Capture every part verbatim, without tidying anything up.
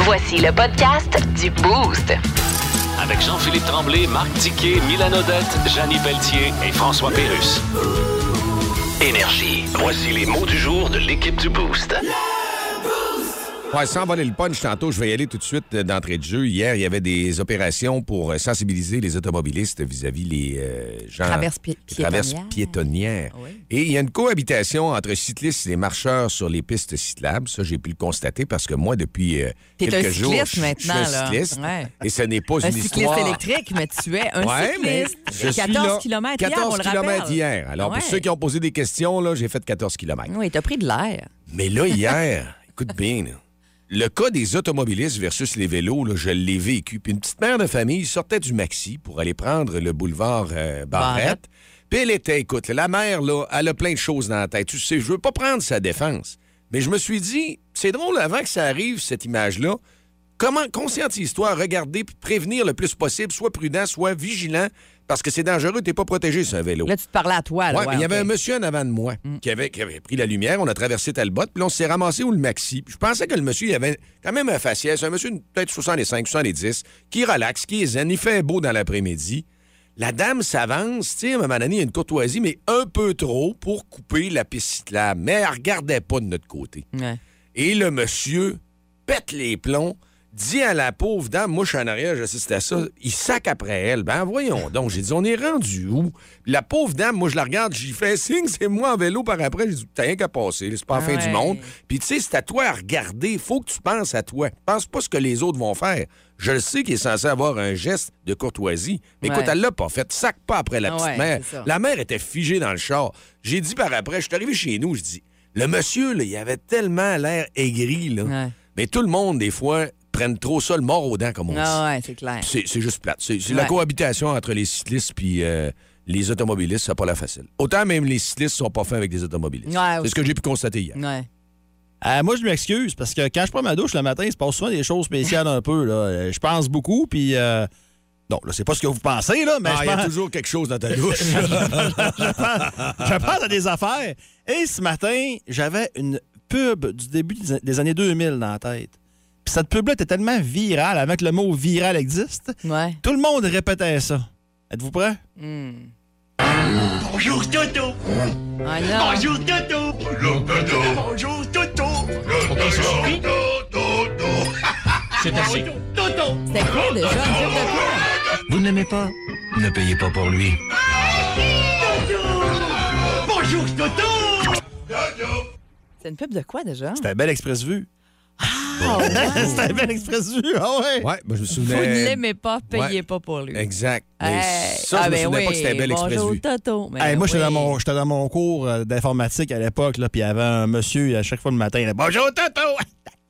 Voici le podcast du Boost. Avec Jean-Philippe Tremblay, Marc Tiquet, Milan Odette, Jannie Pelletier et François Pérusse. Énergie. Voici les mots du jour de l'équipe du Boost. Ouais, sans voler le punch, tantôt, je vais y aller tout de suite d'entrée de jeu. Hier, il y avait des opérations pour sensibiliser les automobilistes vis-à-vis les euh, gens... Traverses pi- les traverses piétonnières. Oui. Et il y a une cohabitation entre cyclistes et marcheurs sur les pistes cyclables. Ça, j'ai pu le constater parce que moi, depuis euh, T'es quelques un jours, cycliste je, maintenant, je suis un là. cycliste. Ouais. Et ce n'est pas Un une cycliste histoire... électrique, mais tu es un Ouais, mais cycliste. je suis quatorze là. kilomètres hier, quatorze on le kilomètres rappelle. hier. Alors, Ouais. pour ceux qui ont posé des questions, là, j'ai fait quatorze kilomètres. Oui, t'as pris de l'air. Mais là, hier, écoute bien, là, le cas des automobilistes versus les vélos, là, je l'ai vécu. Puis une petite mère de famille sortait du Maxi pour aller prendre le boulevard euh, Barrette. Barrette. Puis elle était, écoute, la mère, là, elle a plein de choses dans la tête. Tu sais, je veux pas prendre sa défense. Mais je me suis dit, c'est drôle, avant que ça arrive, cette image-là, comment conscientise-toi, regarder puis prévenir le plus possible, sois prudent, sois vigilant, parce que c'est dangereux, t'es pas protégé sur un vélo. Là, tu te parlais à toi. Là, Ouais, ouais, mais il y avait OK. un monsieur en avant de moi Mm. qui, avait, qui avait pris la lumière. On a traversé Talbot, puis là, on s'est ramassé où le Maxi. Puis je pensais que le monsieur, il avait quand même un faciès, un monsieur peut-être soixante-cinq, soixante-dix, qui relaxe, qui est zen, il fait beau dans l'après-midi. La dame s'avance, tu sais, à un moment donné, il y a une courtoisie, mais un peu trop pour couper la piste cyclable. Mais elle regardait pas de notre côté. Ouais. Et le monsieur pète les plombs, dit à la pauvre dame, moi, je suis en arrière, j'assiste à ça, il sac après elle. Ben, voyons donc. J'ai dit, on est rendu où? La pauvre dame, moi, je la regarde, j'y fais signe, c'est moi en vélo par après. J'ai dit, t'as rien qu'à passer, c'est pas la Ah fin ouais. du monde. Puis, tu sais, c'est à toi à regarder. Faut que tu penses à toi. Pense pas ce que les autres vont faire. Je le sais qu'il est censé avoir un geste de courtoisie. Mais Ouais. écoute, elle l'a pas fait. Sac pas après la Ah petite ouais, mère. c'est ça. La mère était figée dans le char. J'ai dit par après, je suis arrivé chez nous, je dis, le monsieur, là, il avait tellement l'air aigri, là. Ouais. Mais tout le monde, des fois, prennent trop ça le mort aux dents, comme on Ah dit. ouais, c'est clair. C'est, c'est juste plate. C'est, c'est Ouais. la cohabitation entre les cyclistes puis euh, les automobilistes, c'est pas la facile. Autant même les cyclistes sont pas faits avec les automobilistes. Ouais, c'est aussi. ce que j'ai pu constater hier. Ouais. Euh, moi, je m'excuse parce que quand je prends ma douche le matin, il se passe souvent des choses spéciales un peu. Là. Euh, Je pense beaucoup, puis... Euh... Non, là, c'est pas ce que vous pensez, là, mais Ah, je il y a pense... toujours quelque chose dans ta douche. je pense à des affaires. Et ce matin, j'avais une pub du début des- des années deux mille dans la tête. Puis cette pub-là était tellement virale, avant que le mot viral existe. Ouais. Tout le monde répétait ça. Êtes-vous prêts? Hmm. Bonjour Toto! Ah non. Bonjour Toto! Bonjour Toto! Bonjour Toto! C'est assez. Toto! C'était quoi déjà? Une pub de quoi? Vous ne l'aimez pas? Ne payez pas pour lui. Bonjour Toto! C'est une pub de quoi déjà? C'était Belle Express Vue. Ah, ouais. C'était Belle Express Vue, ah ouais? Ouais, ben, je me Vous ne souvenais. l'aimez pas, payez Ouais. pas pour lui. Exact. Mais Hey. ça, je Ah, me ben souvenais oui. pas que c'était Belle Express Bonjour, Vue. Toto. Ben Hey, moi, j'étais oui. dans, mon, j'étais dans mon cours euh, d'informatique à l'époque, là, puis il y avait un monsieur, à chaque fois le matin, il disait « Bonjour, Toto! Ah! »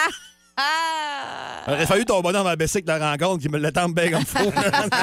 Il aurait fallu ton bonhomme à bicycle de la rencontre qui me l'étende bien comme faut.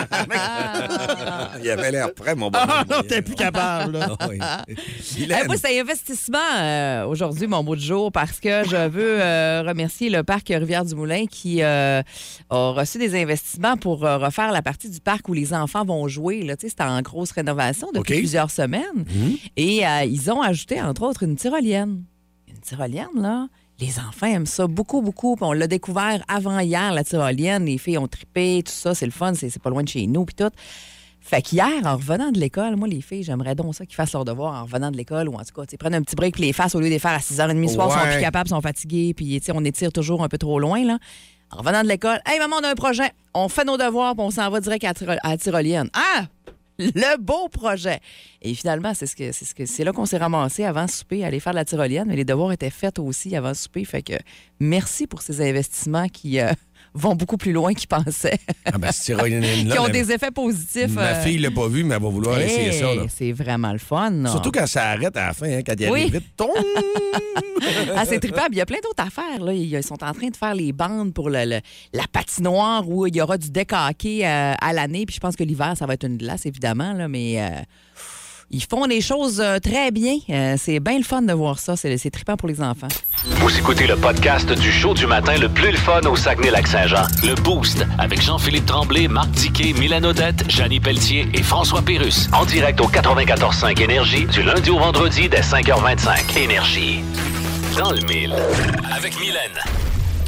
Il avait l'air prêt, mon bon. Ah non, t'es plus capable, là. Ah, oui. Hey, Hélène. moi, c'est un investissement euh, aujourd'hui, mon mot de jour, parce que je veux euh, remercier le parc Rivière-du-Moulin qui euh, a reçu des investissements pour euh, refaire la partie du parc où les enfants vont jouer. Là. Tu sais, c'était en grosse rénovation depuis OK. plusieurs semaines. Et euh, ils ont ajouté, entre autres, une tyrolienne. Une tyrolienne, là. Les enfants aiment ça beaucoup, beaucoup. Puis on l'a découvert avant hier, la tyrolienne. Les filles ont trippé, tout ça. C'est le fun. C'est, c'est pas loin de chez nous, puis tout. Fait qu'hier, en revenant de l'école, moi, les filles, j'aimerais donc ça qu'ils fassent leur devoir en revenant de l'école ou en tout cas, tu sais, prennent un petit break puis les fassent au lieu de les faire à six heures trente le soir, Ouais. sont plus capables, sont fatigués, puis tu sais, on étire toujours un peu trop loin, là. En revenant de l'école, « Hey, maman, on a un projet. On fait nos devoirs puis on s'en va direct à, la tyro- à la tyrolienne. » Ah! Le beau projet. Et finalement, c'est ce que c'est ce que c'est là qu'on s'est ramassé avant le souper, aller faire de la tyrolienne, mais les devoirs étaient faits aussi avant le souper. Fait que merci pour ces investissements qui euh, vont beaucoup plus loin qu'ils pensaient, Ah, ben, cette tyrolienne-là, qui ont ma- des effets positifs. Ma euh, fille l'a pas vu, mais elle va vouloir essayer hey, ça. Là. c'est vraiment le fun. non? Surtout quand ça arrête à la fin, hein, quand il Oui. arrive vite. Tom! Ah, c'est trippable. Il y a plein d'autres affaires. Là. Ils sont en train de faire les bandes pour le, le- la patinoire où il y aura du deck hockey euh, à l'année. Puis je pense que l'hiver, ça va être une glace, évidemment. Là, mais euh, ils font des choses euh, très bien. Euh, c'est bien le fun de voir ça. C'est, c'est trippant pour les enfants. Vous écoutez le podcast du show du matin le plus le fun au Saguenay-Lac-Saint-Jean. Le Boost avec Jean-Philippe Tremblay, Marc Tiquet, Milan Odette, Jannie Pelletier et François Pérusse. En direct au quatre-vingt-quatorze cinq Énergie du lundi au vendredi dès cinq heures vingt-cinq. Énergie. Dans le mille. Avec Mylène.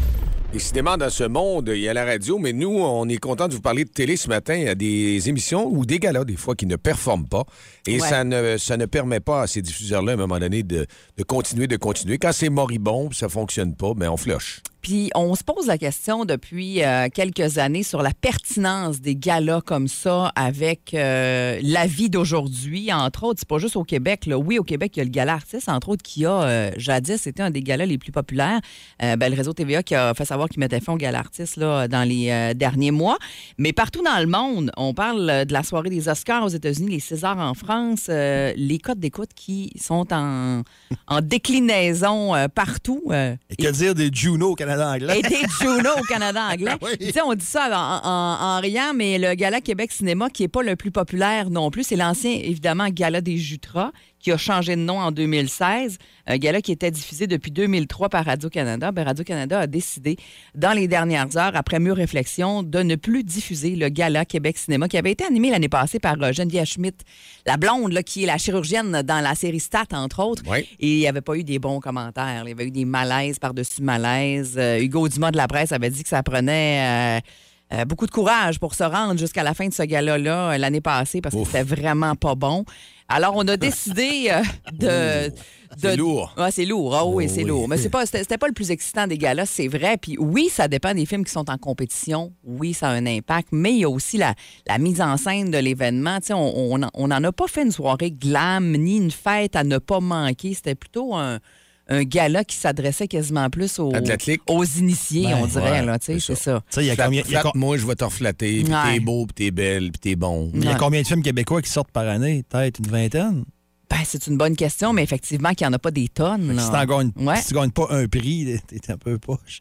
Décidément, dans ce monde, il y a la radio, mais nous, on est content de vous parler de télé ce matin. Il y a des émissions ou des galas, des fois, qui ne performent pas. Et Ouais. ça, ne, ça ne permet pas à ces diffuseurs-là, à un moment donné, de, de continuer, de continuer. Quand c'est moribond, ça ne fonctionne pas, mais on flush. Puis on se pose la question depuis euh, quelques années sur la pertinence des galas comme ça avec euh, la vie d'aujourd'hui. Entre autres, c'est pas juste au Québec. Là. Oui, au Québec, il y a le gala artiste, entre autres, qui a, euh, jadis, c'était un des galas les plus populaires. Euh, ben, le réseau T V A qui a fait savoir qu'il mettait fin au gala artiste là, dans les euh, derniers mois. Mais partout dans le monde, on parle de la soirée des Oscars aux États-Unis, les Césars en France, euh, les codes d'écoute qui sont en, en déclinaison euh, partout. euh, Et que dire des Juno au Canada anglais? et des Juno au Canada anglais. Oui. Tu sais, on dit ça en, en- en riant, mais le Gala Québec Cinéma, qui n'est pas le plus populaire non plus, c'est l'ancien, évidemment, Gala des Jutras, qui a changé de nom en deux mille seize. Un gala qui était diffusé depuis deux mille trois par Radio-Canada. Ben, Radio-Canada a décidé, dans les dernières heures, après mûre réflexion, de ne plus diffuser le Gala Québec Cinéma, qui avait été animé l'année passée par euh, Geneviève Schmidt, la blonde, là, qui est la chirurgienne dans la série Stat, entre autres. Oui. Et il n'y avait pas eu des bons commentaires. Il y avait eu des malaises par-dessus malaises. Euh, Hugo Dumas de la presse avait dit que ça prenait... euh, euh, beaucoup de courage pour se rendre jusqu'à la fin de ce gala-là euh, l'année passée parce que c'était vraiment pas bon. Alors, on a décidé euh, de... de- C'est lourd. Ouais, c'est lourd. Ah oui, Oh, c'est oui. lourd. Mais c'est pas, c'était, c'était pas le plus excitant des galas, c'est vrai. Puis oui, ça dépend des films qui sont en compétition. Oui, ça a un impact. Mais il y a aussi la, la mise en scène de l'événement. Tu sais, on n'en a pas fait une soirée glam ni une fête à ne pas manquer. C'était plutôt un... un gala qui s'adressait quasiment plus aux, Athlétique. aux initiés, Ben, on dirait. ouais, là, tu sais, c'est c'est ça. Tu sais, il y a combien, il y a co- Flatte-moi, je vais te reflatter, puis Ouais. t'es beau, puis t'es belle, puis t'es bon. il y a Ouais. combien de films québécois qui sortent par année? Peut-être une vingtaine? Ben, c'est une bonne question, mais effectivement qu'il n'y en a pas des tonnes. là. Si tu gagnes, Ouais. si tu gagnes pas un prix, t'es un peu poche.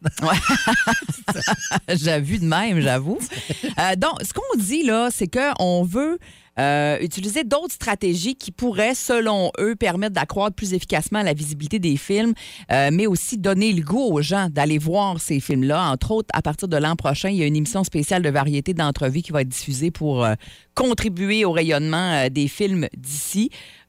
J'ai vu de même, j'avoue. Euh, donc, ce qu'on dit, là, c'est qu'on veut euh, utiliser d'autres stratégies qui pourraient, selon eux, permettre d'accroître plus efficacement la visibilité des films, euh, mais aussi donner le goût aux gens d'aller voir ces films-là. Entre autres, à partir de l'an prochain, il y a une émission spéciale de variété d'entrevues qui va être diffusée pour euh, contribuer au rayonnement euh, des films d'ici.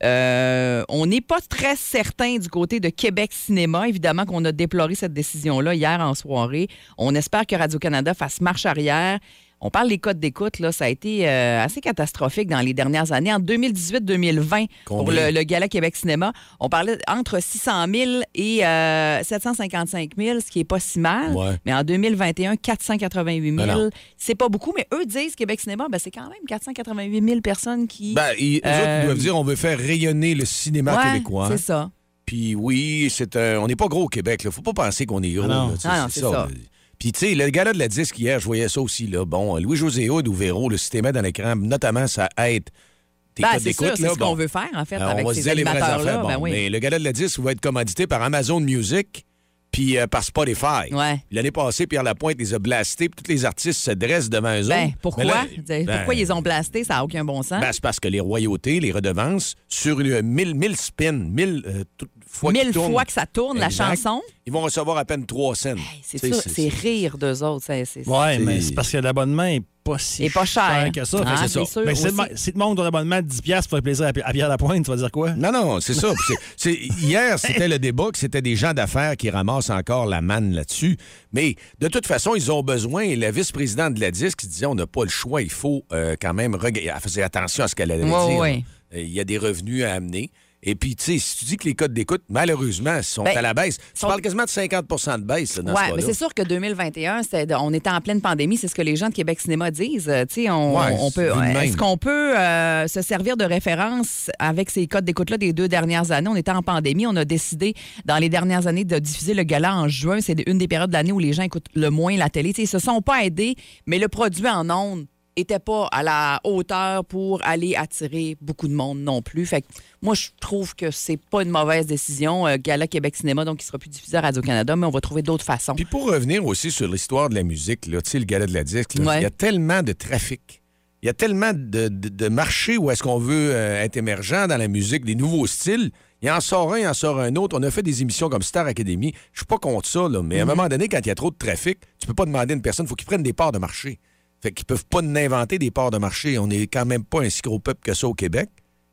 Euh, on n'est pas très certain du côté de Québec Cinéma. Évidemment qu'on a déploré cette décision-là hier en soirée. On espère que Radio-Canada fasse marche arrière. On parle des codes d'écoute, là, ça a été euh, assez catastrophique dans les dernières années. En deux mille dix-huit deux mille vingt, pour Combien? le, le Gala Québec Cinéma, on parlait entre six cent mille et euh, sept cent cinquante-cinq mille, ce qui n'est pas si mal. Ouais. Mais en deux mille vingt et un, quatre cent quatre-vingt-huit Ben non. mille, c'est pas beaucoup, mais eux disent Québec Cinéma, ben, c'est quand même quatre cent quatre-vingt-huit mille personnes qui... Ben, ils, eux Euh, autres, ils doivent dire on veut faire rayonner le cinéma Ouais, québécois. c'est ça. Puis oui, c'est un- on n'est pas gros au Québec. Là. Faut pas penser qu'on est gros. Ah non. là, tu sais, Ah non, c'est ça. là. Puis tu sais, le gala de la disque hier, je voyais ça aussi. Là. Bon, Louis-José Hood ou Véro, le système dans l'écran, notamment, ça aide tes Ben, codes c'est sûr, d'écoute. c'est là, ce qu'on bon. veut faire, en fait, Euh, avec on va se ces dire les vraies animateurs-là. affaires. Bon, Ben oui. Mais le gala de la disque va être commandité par Amazon Music puis euh, par Spotify. Ouais. Puis L'année passée, Pierre Lapointe les a blastés, puis tous les artistes se dressent devant eux Ben, autres. pourquoi? Mais là, Ben, ben, pourquoi ils les ont blastés? Ça n'a aucun bon sens. ben, c'est parce que les royautés, les redevances, sur une mille, mille spins, mille euh, tout- fois qu'ils Mille tournent, fois que ça tourne, la Exact. chanson. ils vont recevoir à peine trois cents. C'est Tu sais, ça, c'est rire d'eux autres. C'est, c'est, Ouais, mais C'est- c'est parce que l'abonnement est pas si Et pas cher. que ça. Ah, Fait que c'est sûr Mais si aussi. le- si tu montes ton abonnement de dix piastres pour faire plaisir à Pi- à Pierre Lapointe, tu vas dire quoi? Non, non, c'est ça. Puis c'est- c'est- hier, c'était le débat que c'était des gens d'affaires qui ramassent encore la manne là-dessus. Mais de toute façon, ils ont besoin. Et la vice-présidente de la disque qui disait on n'a pas le choix, il faut euh, quand même regarder. Elle faisait attention à ce qu'elle allait Ouais, dire. ouais. Euh, Il y a des revenus à amener. Et puis, tu sais, si tu dis que les codes d'écoute, malheureusement, sont Ben, à la baisse. Tu sont- parles quasiment de cinquante de baisse là, dans ce Oui, cas-là. mais c'est sûr que deux mille vingt et un, c'était- on était en pleine pandémie, c'est ce que les gens de Québec Cinéma disent. Euh, tu sais, on, Ouais, on peut, c'est vu de est-ce même. qu'on peut euh, se servir de référence avec ces codes d'écoute-là des deux dernières années? On était en pandémie, on a décidé dans les dernières années de diffuser le gala en juin. C'est une des périodes de l'année où les gens écoutent le moins la télé. Tu sais, ils se sont pas aidés, mais le produit en ondes était pas à la hauteur pour aller attirer beaucoup de monde non plus. Fait que moi, je trouve que c'est pas une mauvaise décision. Euh, Gala Québec Cinéma, donc, qui sera plus diffusé à Radio-Canada, mais on va trouver d'autres façons. Puis pour revenir aussi sur l'histoire de la musique, là, tu sais, le gala de la disque, là, Ouais. il y a tellement de trafic. Il y a tellement de, de, de marchés où est-ce qu'on veut euh, être émergent dans la musique, des nouveaux styles. Il en sort un, il en sort un autre. On a fait des émissions comme Star Academy. Je suis pas contre ça, là, mais à un moment donné, quand il y a trop de trafic, tu peux pas demander à une personne, il faut qu'ils prennent des parts de marché. Fait qu'ils peuvent pas inventer des parts de marché. On n'est quand même pas un si gros peuple que ça au Québec.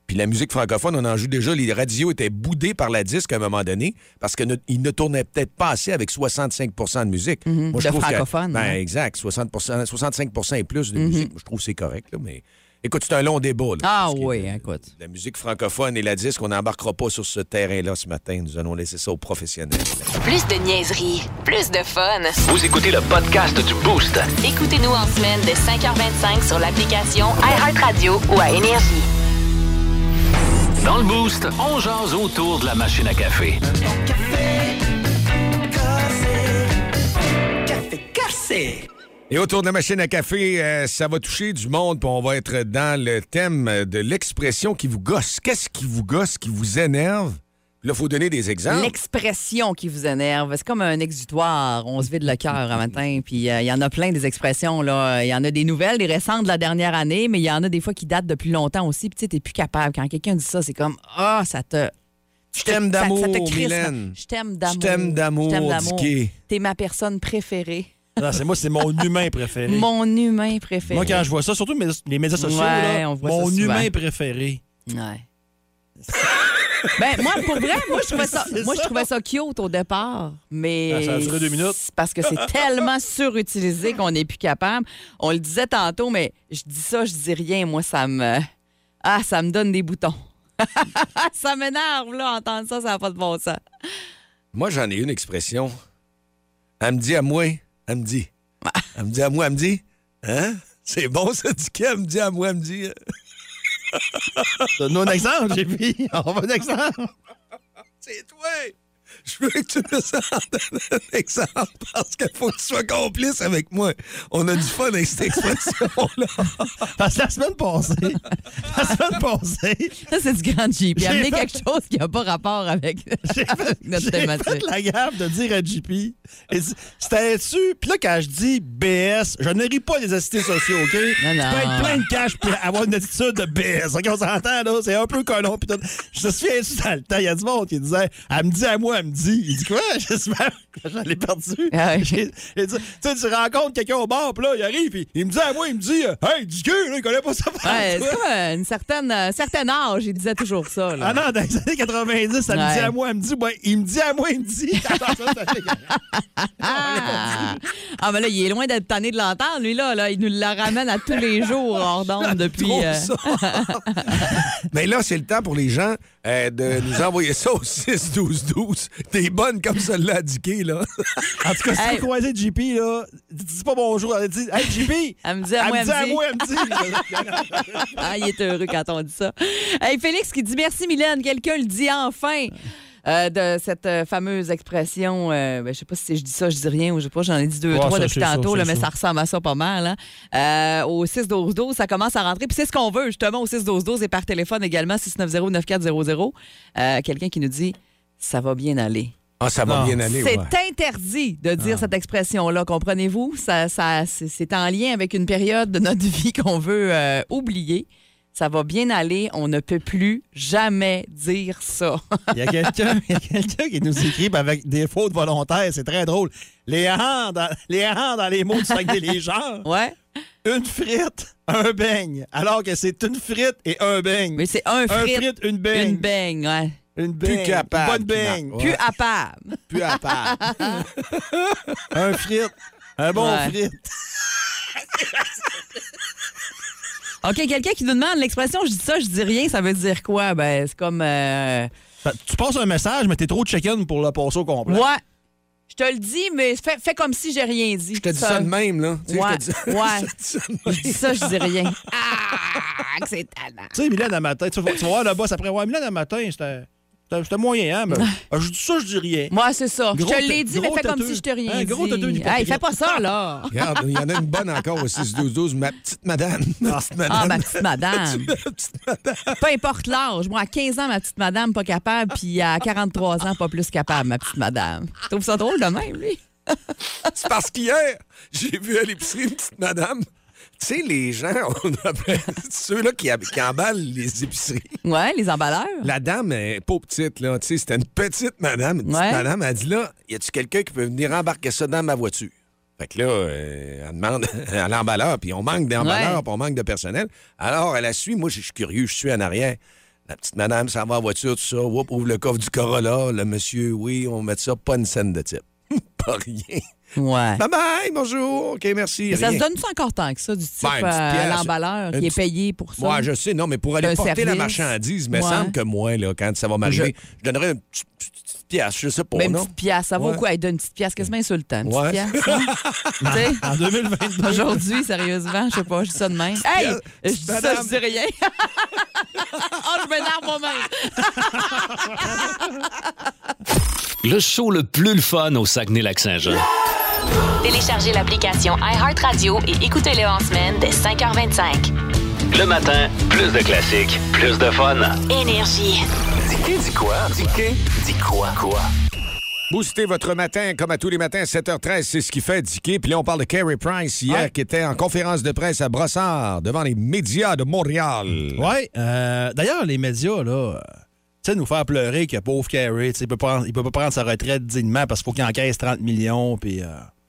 Puis la musique francophone, on en joue déjà. Les radios étaient boudés par la disque à un moment donné parce qu'ils ne, ne tournaient peut-être pas assez avec soixante-cinq pour cent de musique. Mm-hmm. Moi, je de trouve francophone. Que, ben, ouais. exact. soixante pour cent, soixante-cinq pour cent et plus de mm-hmm. musique. Moi, je trouve que c'est correct. Là, mais écoute, c'est un long débat. Là, Ah oui, la, écoute. La musique francophone et la disque, on n'embarquera pas sur ce terrain-là ce matin. Nous allons laisser ça aux professionnels. Plus de niaiserie, plus de fun. Vous écoutez le podcast du Boost. Écoutez-nous en semaine de cinq heures vingt-cinq sur l'application iHeartRadio ou à Énergie. Dans le Boost, on jase autour de la machine à café. Et autour de la machine à café, euh, ça va toucher du monde, puis on va être dans le thème de l'expression qui vous gosse. Qu'est-ce qui vous gosse, qui vous énerve? Puis là, il faut donner des exemples. L'expression qui vous énerve, c'est comme un exutoire. On se vide le cœur un matin, puis il euh, y en a plein des expressions. Il y en a des nouvelles, des récentes de la dernière année, mais il y en a des fois qui datent depuis longtemps aussi. Puis tu sais, t'es plus capable. Quand quelqu'un dit ça, c'est comme « Ah, oh, ça te... » Je t'aime d'amour, ça, ça te crispe. Mylène. Je t'aime d'amour. Je t'aime d'amour, Je t'aime d'amour. Dicky. T'es ma personne préférée. Non, c'est moi, c'est mon humain préféré. Mon humain préféré. Moi, quand je vois ça, surtout mes- les médias sociaux, Ouais, là, on voit mon ça souvent. humain préféré. Ouais. Ben, moi, pour vrai, moi, je trouvais ça, C'est moi, je ça. trouvais ça cute au départ, mais... Ah, ça a duré deux minutes. c'est parce que c'est tellement surutilisé qu'on n'est plus capable. On le disait tantôt, mais je dis ça, je dis rien. Moi, ça me... Ah, ça me donne des boutons. Ça m'énerve, là, entendre ça, ça n'a pas de bon sens. Moi, j'en ai une expression. Elle me dit à moi, elle me dit. Elle me dit à moi, elle me dit. Hein? C'est bon, ça, Dicky, elle me dit à moi, elle me dit. Donne-nous un exemple, J P. On va un exemple. C'est toi! Je veux que tu me donnes un exemple parce qu'il faut que tu sois complice avec moi. On a du fun avec cette expression-là. Parce que la semaine passée, la semaine passée, Ça, c'est du grand J P. J'ai Amener fait- quelque chose qui n'a pas rapport avec, j'ai fait, avec notre j'ai thématique. fait la gaffe de dire à J P, et c- c'était dessus. Puis là, quand je dis B S, je ne ris pas des assistés sociaux, OK? Non, Tu non. peux être plein de cash puis avoir une attitude de B S. OK, on s'entend, là? C'est un peu colon. Puis tout. Je me souviens, dans le temps, il y a du monde qui disait, elle me dit à moi, elle me dit. Il dit quoi? J'espère que j'en ai perdu. Ah oui. J'ai- j'ai dit, tu sais, tu rencontres quelqu'un au bar, puis là, il arrive, puis il me dit à moi, il me dit, hey, du cul, là, il connaît pas ça. Ouais, c'est comme euh, une certaine, euh, certain âge, il disait toujours ça. Là. Ah non, dans les années quatre-vingt-dix, ça me Ouais. dit à moi, elle me dit, ouais, il me dit à moi, il me dit. Attends, ça, ça fait- Ah! Ah, mais là, il est loin d'être tanné de l'entendre, lui, là. là. Il nous la ramène à tous les jours hors d'onde depuis. Trop euh, ça. Mais là, c'est le temps pour les gens euh, de nous envoyer ça au six douze douze. Des bonnes comme celle-là à Dicky, là. En tout cas, si Hey. vous croisez J P, là, dis pas bonjour, elle dit, hey, J P. Elle me dit à Elle moi, me elle dit à me dit. moi, elle me dit. Ah, il est heureux quand on dit ça. Hey, Félix qui dit merci, Mylène. Quelqu'un le dit enfin. Euh, de cette euh, fameuse expression, euh, ben, je sais pas si je dis ça, je dis rien, ou je sais pas, j'en ai dit deux, Ouais, trois ça, depuis c'est ça, tantôt, c'est là, mais ça. ça ressemble à ça pas mal. Hein. Euh, au six douze douze, ça commence à rentrer. Puis c'est ce qu'on veut, justement, au six douze douze et par téléphone également, six neuf zéro neuf quatre zéro zéro. Euh, quelqu'un qui nous dit « ça va bien aller ». Ah, ça va Non. bien aller, C'est ouais. interdit de dire cette expression-là, comprenez-vous? Ça, ça, c'est, c'est en lien avec une période de notre vie qu'on veut euh, oublier. Ça va bien aller, on ne peut plus jamais dire ça. Il y a quelqu'un il y a quelqu'un qui nous écrit avec des fautes volontaires, c'est très drôle. Les hands dans les, hands dans les mots du Saguenay-les-Genres. Ouais? Une frite, un beigne. Alors que c'est une frite et un beigne. Mais c'est un un frite, frite, une beigne. une beigne, ouais. Une Plus beigne. capable. Une bonne beigne. Ouais. Plus à part. Plus à part. Un frite. Un bon Ouais. frite. OK, quelqu'un qui nous demande l'expression « je dis ça, je dis rien », ça veut dire quoi? Ben, c'est comme... euh, Fait, Tu passes un message, mais t'es trop chicken pour le passer au complet. Ouais. Je te le dis, mais fais, fais comme si j'ai rien dit. Je te dis ça de même, là. Tu sais, Ouais, je te dis- ouais. je te dis ça de même. Je dis ça, je dis rien. Ah, que c'est talent. Tu sais, Mylène, à matin, tu vas, tu vas voir le boss après. Ouais, Mylène, à matin, c'était c'était- c'était moyen, hein? Mais, ah, je dis ça, je dis rien. Moi, c'est ça. Gros je te l'ai te- dit, mais gros fais comme têteux. si je t'ai rien Un dit. gros têteux d'hypocrite. Hey, fais pas ça, là. Regarde, il y en a une bonne encore au six douze douze. Ma petite madame. Ma petite madame. Ah, ma petite madame. Ma petite madame. Peu importe l'âge. Moi, à quinze ans, ma petite madame, pas capable, puis à quarante-trois ans, pas plus capable, ma petite madame. Tu trouves ça drôle de même, lui? C'est parce qu'hier, j'ai vu à l'épicerie une petite madame. Tu sais, les gens, on appelle ceux-là qui, qui emballent les épiceries. Ouais, les emballeurs. La dame est pas petite, là. Tu sais, c'était une petite madame. Une petite Ouais. madame, elle dit là, y a-tu quelqu'un qui peut venir embarquer ça dans ma voiture? Fait que là, euh, elle demande à l'emballeur, puis on manque d'emballeurs, Ouais. puis on manque de personnel. Alors, elle la suit. Moi, je suis curieux, je suis en arrière. La petite madame s'en va en voiture, tout ça. Oups, ouvre le coffre du Corolla. Le monsieur, oui, on met ça, pas une scène de type. Pas rien. Ouais. Bye bye, bonjour. OK, merci. Mais ça rien. se donne-tu encore tant que ça, du type Ben, une petite euh, pièce. l'emballeur Une qui est petite- payé pour ça? Moi, je sais, non, mais pour aller Un porter la service. marchandise, il me Ouais. semble que moi, là, quand ça va m'arriver, je, donnerais une petite, petite- petite pièce, je sais pas, Ben, une non? petite pièce, ça vaut Ouais. quoi? Hey, donne une petite pièce, quasiment insultant. Une petite Ouais. pièce, hein? Tu sais? En deux mille vingt-deux. Aujourd'hui, sérieusement, je sais pas, je dis ça de même. Hey! Je dis ça, Madame. je dis rien. Oh, je m'énerve moi-même. Le show le plus le fun au Saguenay-Lac-Saint-Jean. Téléchargez l'application iHeartRadio et écoutez-le en semaine dès cinq heures vingt-cinq. Le matin, plus de classiques, plus de fun. Énergie. Dis dis quoi? Dis dis quoi? Quoi? Boostez votre matin, comme à tous les matins, à sept heures treize, c'est ce qui fait Dicky. Puis là, on parle de Carey Price hier, Ouais. qui était en conférence de presse à Brossard, devant les médias de Montréal. Oui. Euh, D'ailleurs, les médias, là, euh, tu sais, nous faire pleurer que pauvre Carey, tu sais, il peut pas il peut pas prendre sa retraite dignement parce qu'il faut qu'il encaisse trente millions, puis... Euh...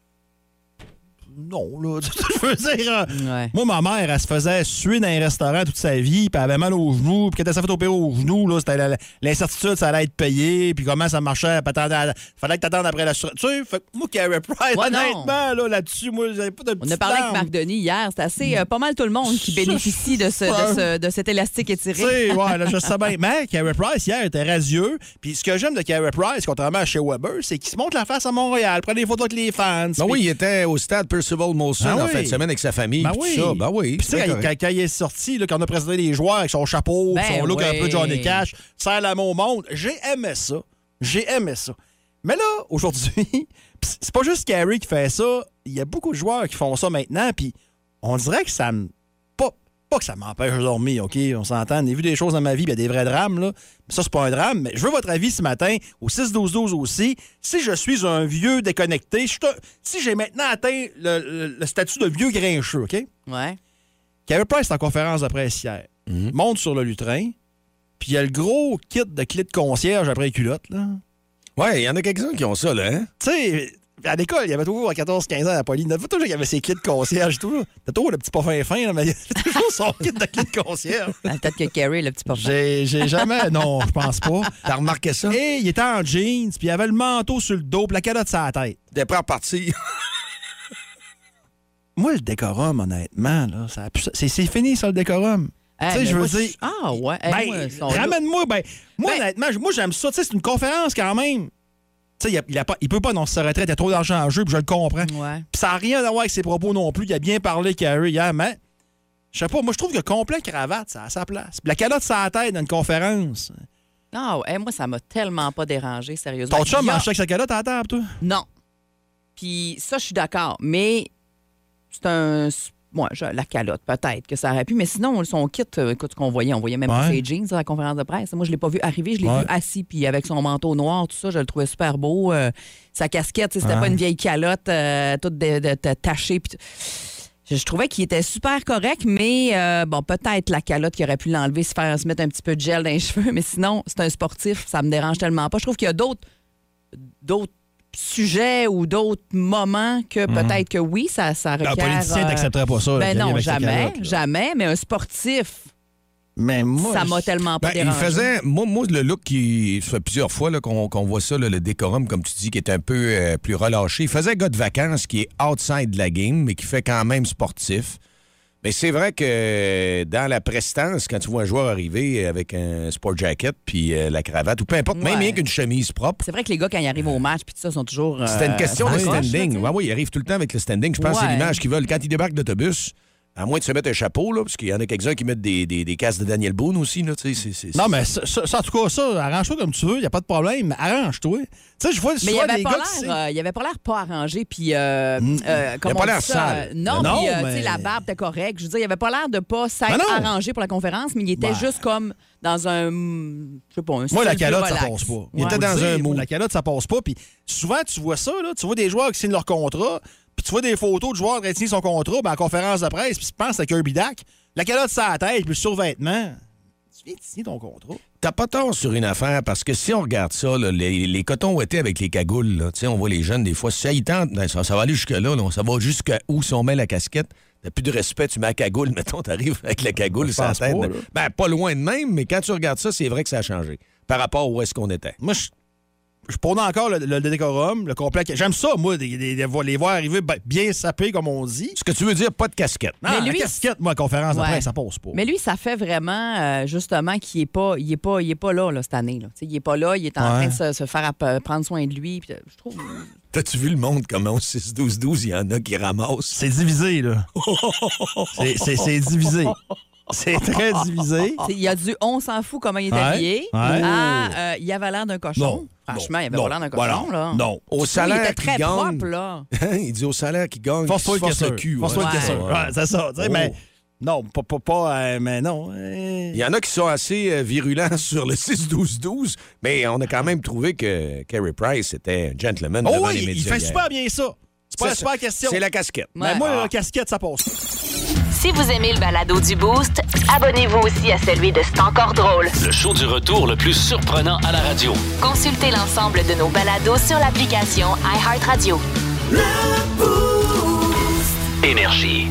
Non, là, je veux dire... euh, Ouais. Moi, ma mère, elle se faisait suer dans un restaurant toute sa vie, puis elle avait mal aux genoux, puis quand elle s'est fait opérer aux genoux, là, c'était la- l'incertitude, ça allait être payé, puis comment ça marchait, puis attendait à- fallait que t'attendes après la... Tu sais, fait que moi, Carey Price, Ouais, non. honnêtement, là, là-dessus, moi, j'avais pas de On petite a parlé avec larme. Marc Denis hier. C'est assez euh, pas mal tout le monde qui bénéficie de, ce, de, ce- de cet élastique Tu étiré. sais, ouais, là, je sais bien. Mais Carey Price, hier, était rasieux. Puis ce que j'aime de Carey Price, contrairement à chez Weber, c'est qu'il se montre la face à Montréal, prend des photos avec les fans. Ben puis- oui, il était au stade Percival Molson Ben en oui. fin de semaine avec sa famille. Ben puis oui. tout ça. Ben oui. Puis tu sais, c'est quand, correct. quand- quand il est sorti, là, quand on a présenté les joueurs avec son chapeau, Ben son look un oui. peu Johnny Cash, serre la main au monde, j'ai aimé ça. J'ai aimé ça. Mais là, aujourd'hui, pis c'est pas juste Carey qui fait ça. Il y a beaucoup de joueurs qui font ça maintenant, puis on dirait que ça me... Pas, pas que ça m'empêche de dormir, OK? On s'entend. J'ai vu des choses dans ma vie, puis il y a des vrais drames, là. Mais ça, c'est pas un drame. Mais je veux votre avis ce matin, au six douze douze aussi. Si je suis un vieux déconnecté, je suis un- si j'ai maintenant atteint le, le- le statut de vieux grincheux, OK? Ouais. Carey Price est en conférence de presse hier. Monte sur le lutrin, puis il y a le gros kit de clé de concierge après les culottes, là. Ouais, il y en a quelques-uns qui ont ça, là, hein? Tu sais, à l'école, il y avait toujours à quatorze quinze ans à Pauline. Il y avait toujours qu'il y avait ses clés de concierge et tout. là. T'as toujours le petit pas fin fin, là, mais il y avait toujours son kit de clé de concierge. Ah, Peut-être que Carey, le petit papa. J'ai j'ai jamais... Non, je pense pas. T'as remarqué ça? Et il était en jeans, puis il avait le manteau sur le dos, puis la calotte sur la tête. T'es prêt à partir? Moi, le décorum, honnêtement, là, ça a pu- c'est c'est fini, ça, le décorum. Eh, tu sais, mais je veux moi, dire... Ah, ouais. Eh, Ben, moi, son look- ramène-moi, ben, moi, Ben- honnêtement, moi, j'aime ça. Tu sais, c'est une conférence quand même. Tu sais, il, a- il, a pas- il peut pas annoncer sa retraite, il y a trop d'argent en jeu, puis je le comprends. Ouais. Puis ça n'a rien à voir avec ses propos non plus. Il a bien parlé, Carey, hier, mais je sais pas, moi, je trouve que complet cravate, ça a sa place. Puis la calotte sur la tête dans une conférence. Ah, ouais. Eh, moi, ça m'a tellement pas dérangé, sérieusement. Ton chum Il y a- mange avec sa calotte à la table, toi? Non. Puis ça, je suis d'accord. Mais c'est un. Moi, je- la calotte, peut-être que ça aurait pu. Mais sinon, son kit, euh, écoute, ce qu'on voyait, on voyait même pas Ouais. ses jeans à la conférence de presse. Moi, je l'ai pas vu arriver, je l'ai Ouais. vu assis, puis avec son manteau noir, tout ça, je le trouvais super beau. Euh, sa casquette, tu sais, c'était Ouais. pas une vieille calotte euh, toute de- de- de- tachée. puis tout. Je, je trouvais qu'il était super correct, mais euh, bon, peut-être la calotte qui aurait pu l'enlever, se faire se mettre un petit peu de gel dans les cheveux. Mais sinon, c'est un sportif, ça me dérange tellement pas. Je trouve qu'il y a d'autres d'autres sujets ou d'autres moments que peut-être que oui, ça, ça requiert... Un politicien euh, n'accepterait pas ça. là, ben qu'il arrive non, avec sa jamais, calotte, là. jamais, mais un sportif, Mais moi, ça je- m'a tellement pas Ben, il dérangé. faisait. Moi, moi, le look qui. Ça fait plusieurs fois là, qu'on qu'on voit ça, là, le décorum, comme tu dis, qui est un peu euh, plus relâché. Il faisait un gars de vacances qui est outside de la game, mais qui fait quand même sportif. Mais c'est vrai que dans la prestance, quand tu vois un joueur arriver avec un sport jacket puis euh, la cravate, ou peu importe, même Ouais. rien qu'une chemise propre, C'est vrai que les gars, quand ils arrivent au match, puis tout ça, sont toujours... c'était une euh, question de sans coche, là, standing. tu sais. Oui, oui, ils arrivent tout le temps avec le standing. Je pense que c'est Ouais. l'image qu'ils veulent. Quand ils débarquent d'autobus, à moins de se mettre un chapeau, là, parce qu'il y en a quelques-uns qui mettent des, des, des casques de Daniel Boone aussi. Là, tu sais, c'est- c'est- Non, mais ça, ça- ça, en tout cas, ça, arrange-toi comme tu veux, il n'y a pas de problème, mais arrange-toi. Tu sais, je vois Mais il souvent avait des pas gars qui... l'air, euh, il avait pas l'air pas arrangé, puis euh, euh, comment pas on l'air dit ça? sale. Non, Non, puis euh, mais- tu sais, la barbe était correcte. Je veux dire, il avait pas l'air de pas s'être Ben non. arrangé pour la conférence, mais il était Ben. juste comme dans un, je sais pas, un Moi, style la plus calotte, ça relax. passe pas. Il était Faut dans le un dire, mood. La calotte, ça passe pas. Puis souvent, tu vois ça, là, tu vois des joueurs qui signent leur contrat, puis tu vois des photos de joueurs en train de signer son contrat ben, en conférence de presse, puis tu penses à Kirby Dack, la calotte sur la tête, puis le survêtement. Tu viens de signer ton contrat. T'as pas tort sur une affaire, parce que si on regarde ça, là, les, les cotons ouettés avec les cagoules, là, tu sais, on voit les jeunes, des fois, si ça, ils tentent, ben, ça, ça va aller jusque-là, là, ça va jusqu'à où si on met la casquette. T'as plus de respect, tu mets la cagoule, mettons, t'arrives avec la cagoule Je sur la pense tête. pas, là. Ben, pas loin de même, mais quand tu regardes ça, c'est vrai que ça a changé par rapport où est-ce qu'on était. Moi, je, je prône encore le, le décorum, le complet. J'aime ça, moi, des- des- des- les voir arriver ben- bien sapés, comme on dit. Ce que tu veux dire, pas de casquette. Non, Mais lui, la casquette, moi, conférence de Ouais. presse, ça passe pas. Mais lui, ça fait vraiment, euh, justement, qu'il n'est pas, il est pas, il est pas là, là, cette année. Là. Tu sais, il n'est pas là, il est en Ouais. train de se, se faire app- prendre soin de lui. Puis, euh, je trouve. T'as-tu vu le monde comment au six douze douze, il y en a qui ramassent? C'est divisé, là. C'est- c'est c'est divisé. C'est très divisé. Tu sais, il y a du on s'en fout comment il est Ouais, habillé. ouais. Ah, euh, il avait l'air d'un cochon. Non, Franchement, il avait non, pas l'air d'un cochon. voilà. Là. Non. Au Il salaire était qu'il très gagne. propre, là. il dit au salaire qu'il gagne. Force-toi qu'il le se force casseur. cul. Force-toi ouais. le casseur. Ouais. Ouais, c'est ça. Tu sais, Oh. mais non, pas, pas, pas euh, mais non. euh, Il y en a qui sont assez euh, virulents sur le six douze douze, mais on a quand même trouvé que Carey Price était un gentleman Oh devant oui, les il médias. fait hier. super bien ça. C'est pas, C'est c'est pas la ça. question. C'est la casquette. Mais Ouais. moi, Ah. la casquette, ça passe. Si vous aimez le balado du Boost, abonnez-vous aussi à celui de C'est encore drôle. Le show du retour le plus surprenant à la radio. Consultez l'ensemble de nos balados sur l'application iHeartRadio. Énergie.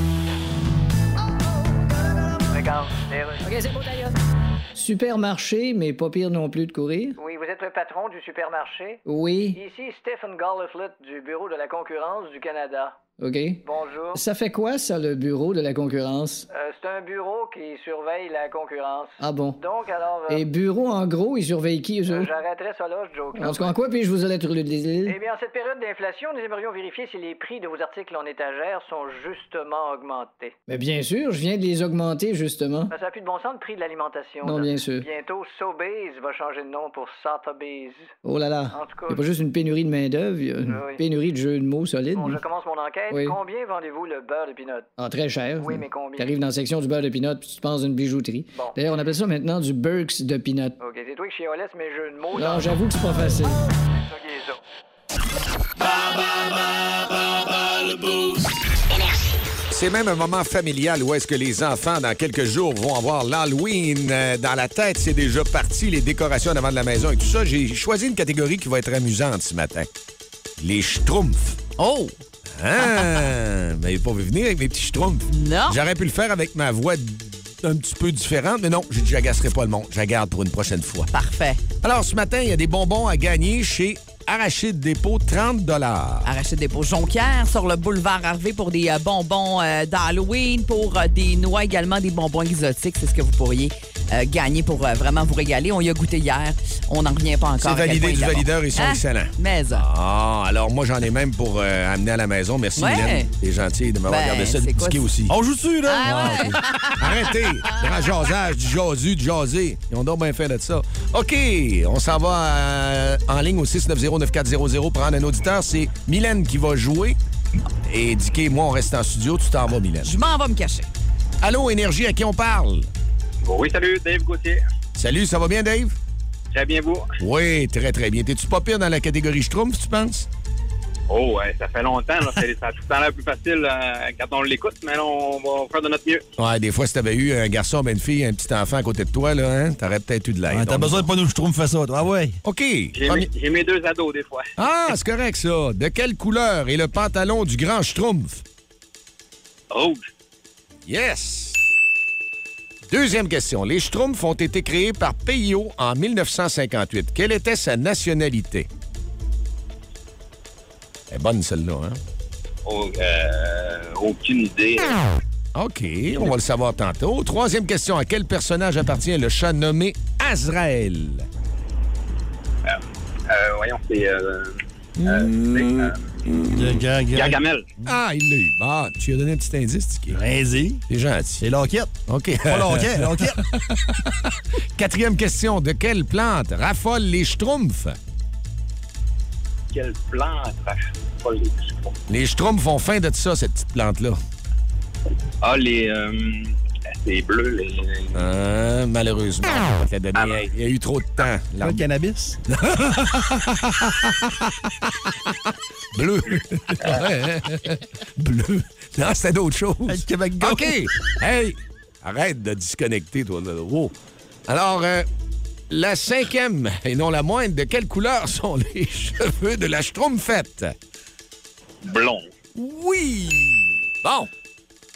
Supermarché, mais pas pire non plus de courir. Oui, vous êtes le patron du supermarché? Oui, Ici Stephen Garliflet du Bureau de la concurrence du Canada. OK. Bonjour. Ça fait quoi, ça, le bureau de la concurrence? Euh, c'est un bureau qui surveille la concurrence. Ah bon? Donc, alors, euh, Et bureau, en gros, ils surveillent qui, eux euh, autres? j'arrêterai ça là, ce joke. En tout cas, en quoi puis-je vous allez le désir? Eh bien, en cette période d'inflation, nous aimerions vérifier si les prix de vos articles en étagère sont justement augmentés. Mais bien sûr, je viens de les augmenter, justement. Ben, ça n'a plus de bon sens le prix de l'alimentation. Non, là. bien sûr. Bientôt, Sobeys va changer de nom pour Sotheby's. Oh là là. En tout cas, Il n'y a pas juste une pénurie de main-d'œuvre, il y a une Oui. pénurie de jeux de mots solides. bon, je commence mon enquête. Oui. Combien vendez-vous le beurre de pinot? Ah, très cher. Oui, mais combien? T'arrives dans la section du beurre de pinot puis tu te penses d'une bijouterie. Bon. D'ailleurs, on appelle ça maintenant du Burks de pinot. OK, c'est toi qui chiolais mes jeux de mots. Non, dans- j'avoue que c'est pas facile. ça qui est ça. C'est même un moment familial où est-ce que les enfants, dans quelques jours, vont avoir l'Halloween euh, dans la tête. C'est déjà parti, les décorations en avant de la maison et tout ça. J'ai choisi une catégorie qui va être amusante ce matin. Les schtroumpfs. Oh! Ah! Vous m'avez pas vu venir avec mes petits schtroumpfs. Non. J'aurais pu le faire avec ma voix d- un petit peu différente, mais non, j'ai dit j'agacerai pas le monde. Je la garde pour une prochaine fois. Parfait. Alors, ce matin, il y a des bonbons à gagner chez Arachide Dépôt, trente dollars. Arachide Dépôt Jonquière sur le boulevard Harvey pour des euh, bonbons euh, d'Halloween, pour euh, des noix également, des bonbons exotiques. C'est ce que vous pourriez euh, gagner pour euh, vraiment vous régaler. On y a goûté hier. On n'en revient pas encore. C'est à quel validé point du il est bon. valideur, ils sont Hein? excellents. Mais ça. Ah, alors moi, j'en ai même pour euh, amener à la maison. Merci, Ouais. Mylène. T'es gentil de m'avoir Ben, regardé ça, c'est du quoi, ticket c'est- aussi. On joue dessus, là? Ah ouais. OK. Arrêtez. Grand jasage, du jasu, du jasé. Ils ont donc bien fait de ça. OK. On s'en va euh, en ligne au six neuf zéro neuf quatre zéro zéro prendre un auditeur. C'est Mylène qui va jouer. Et Dicky et moi, on reste en studio. Tu t'en vas, Mylène. Je m'en vais me cacher. Allô, Énergie, à qui on parle? Oui, salut, Dave Gauthier. Salut, ça va bien, Dave? Très bien, vous? Oui, très, très bien. T'es-tu pas pire dans la catégorie Schtroumpf, tu penses? Oh, ouais, ça fait longtemps. Là. C'est- Ça a tout le temps l'air plus facile euh, quand on l'écoute, mais là, on va faire de notre mieux. Ouais, des fois, si t'avais eu un garçon, ben une fille, un petit enfant à côté de toi, là, hein, t'aurais peut-être eu de l'aide. Ah, T'as On- besoin de pas nous schtroumpf faire ça, toi. Ah ouais. OK. J'ai Premier- mes, j'ai mes deux ados, des fois. Ah, c'est correct, ça. De quelle couleur est le pantalon du grand Schtroumpf? Rouge. Yes! Deuxième question. Les Schtroumpfs ont été créés par Peyo en mille neuf cent cinquante-huit. Quelle était sa nationalité? Elle est bonne, celle-là, hein? Oh, euh, aucune idée. OK, on va le savoir tantôt. Troisième question. À quel personnage appartient le chat nommé Azrael? Euh, voyons, c'est... Euh, euh, c'est, euh, Gargamel. Ah, il l'a eu. Ah, tu lui as donné un petit indice, Tiki. Vas-y. C'est gentil. C'est l'enquête. OK. Pas l'enquête, l'enquête. Quatrième question. De quelle plante raffolent les Schtroumpfs? Quelle plante? Pas les... Les Schtroumpfs ont faim de ça, cette petite plante-là. Ah, les... Euh, c'est bleu, les... Euh, malheureusement. je vais te la donner. Ah, il, y a, il y a eu trop de temps. Pas le cannabis? Bleu. Bleu. Non, c'était d'autres choses. Le Québec Go. OK. Hey, arrête de disconnecter, toi. Là. Oh. Alors, euh, la cinquième, et non la moindre, de quelle couleur sont les cheveux de la Schtroumpfette? Blond. Oui. Bon.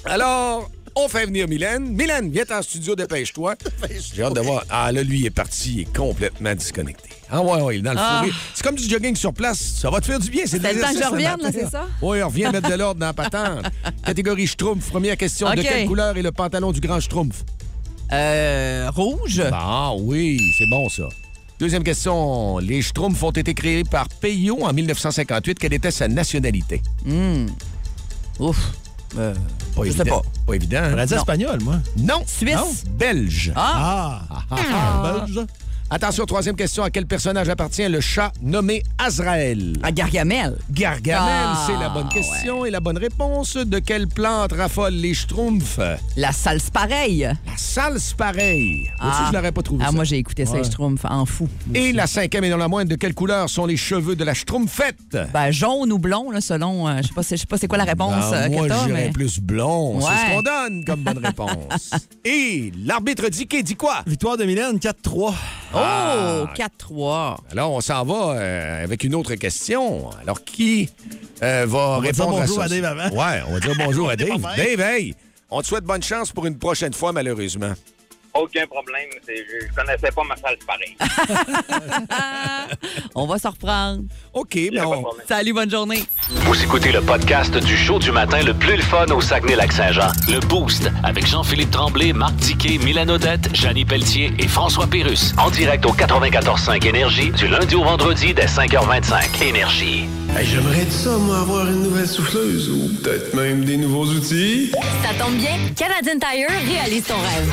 Alors, on fait venir Mylène. Mylène, viens en studio, dépêche-toi. J'ai hâte de voir. Ah, là, lui, il est parti, il est complètement disconnecté. Ah ouais, ouais, il est dans le Ah. fourré. C'est comme du jogging sur place. Ça va te faire du bien. C'est de C'est le temps que je l'exercice revienne, là, matin. c'est ça? Oui, on revient mettre de l'ordre dans la patente. Catégorie Schtroumpf. Première question. De OK. quelle couleur est le pantalon du grand Schtroumpf? Euh, rouge. Ah oui, c'est bon, ça. Deuxième question. Les Schtroumpfs ont été créés par Peyo en mille neuf cent cinquante-huit. Quelle était sa nationalité? Hum. Ouf. Euh, Pas je évident. sais pas. Pas évident. hein? J'aurais dit Non. espagnol, moi. Non. Suisse. Non. Belge. Ah. Ah! ah. Belge. Attention, troisième question. À quel personnage appartient le chat nommé Azraël? À Gargamel. Gargamel, Ah, c'est la bonne question et la bonne réponse. De quelle plante raffolent les Schtroumpfs? La salse pareille. La salse pareille. Aussi, je l'aurais pas trouvé Ah, ça. moi, j'ai écouté ça, Ouais. les Schtroumpfs, en fou. Et la cinquième et non la moindre, de quelle couleur sont les cheveux de la Schtroumpfette? Ben, jaune ou blond, là, selon. euh, je sais pas, c'est- je sais pas c'est quoi la réponse Ah, euh, moi, que t'as, je dirais mais. plus blond. C'est Ouais. ce qu'on donne comme bonne réponse. Et l'arbitre dit qui dit quoi? Victoire de Mylène, quatre trois. Oh, quatre trois. Alors, on s'en va euh, avec une autre question. Alors, qui euh, va On va répondre dire bonjour ça? à Dave avant. Ouais, on va dire bonjour à On est Dave. pas fin. Dave, hey, on te souhaite bonne chance pour une prochaine fois, malheureusement. Aucun problème. C'est- Je, je connaissais pas ma salle pareil. On va se reprendre. OK, Y a mais pas de on... problème. Salut, bonne journée. Vous écoutez le podcast du show du matin le plus le fun au Saguenay-Lac-Saint-Jean. Le Boost avec Jean-Philippe Tremblay, Marc Diquet, Milan Odette, Janine Pelletier et François Pérusse. En direct au quatre-vingt-quatorze cinq Énergie du lundi au vendredi dès cinq heures vingt-cinq. Énergie. Hey, j'aimerais ça, moi, avoir une nouvelle souffleuse ou peut-être même des nouveaux outils. Ça tombe bien, Canadian Tire réalise ton rêve.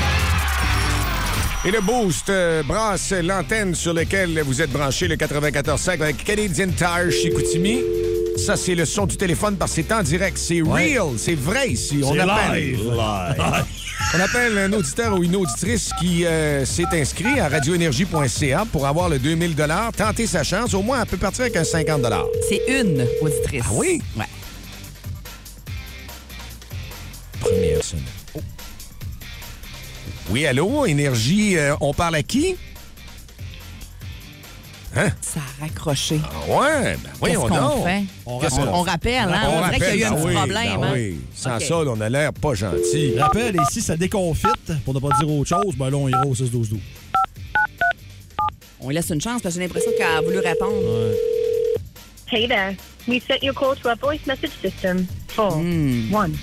Et le Boost euh, brasse l'antenne sur laquelle vous êtes branché, le quatre-vingt-quatorze cinq avec Canadian Tire chez Chicoutimi. Ça, c'est le son du téléphone parce que c'est en direct. C'est Ouais. real, c'est vrai ici. On C'est appelle. live. Live. On appelle un auditeur ou une auditrice qui euh, s'est inscrit à radioénergie point c a pour avoir le deux mille tenter sa chance. Au moins, elle peut partir avec un cinquante. C'est une auditrice. Ah oui? Ouais. Première semaine. Oh. Oui, allô, Énergie, euh, on parle à qui? Hein? Ça a raccroché. Ah ouais, ben Qu'est-ce voyons qu'on donc. fait? On Qu'est-ce rappelle. qu'on On rappelle, hein? On On dirait qu'il y a eu un rappelle, petit ben problème. oui, hein? ben oui. Sans OK. ça, on a l'air pas gentil. Rappel, ici, ça déconfite, pour ne pas dire autre chose, ben là, on ira au six douze douze. On lui laisse une chance parce que j'ai l'impression qu'elle a voulu répondre. Hey there. We set your call to our voice message system. Four, Hmm. one.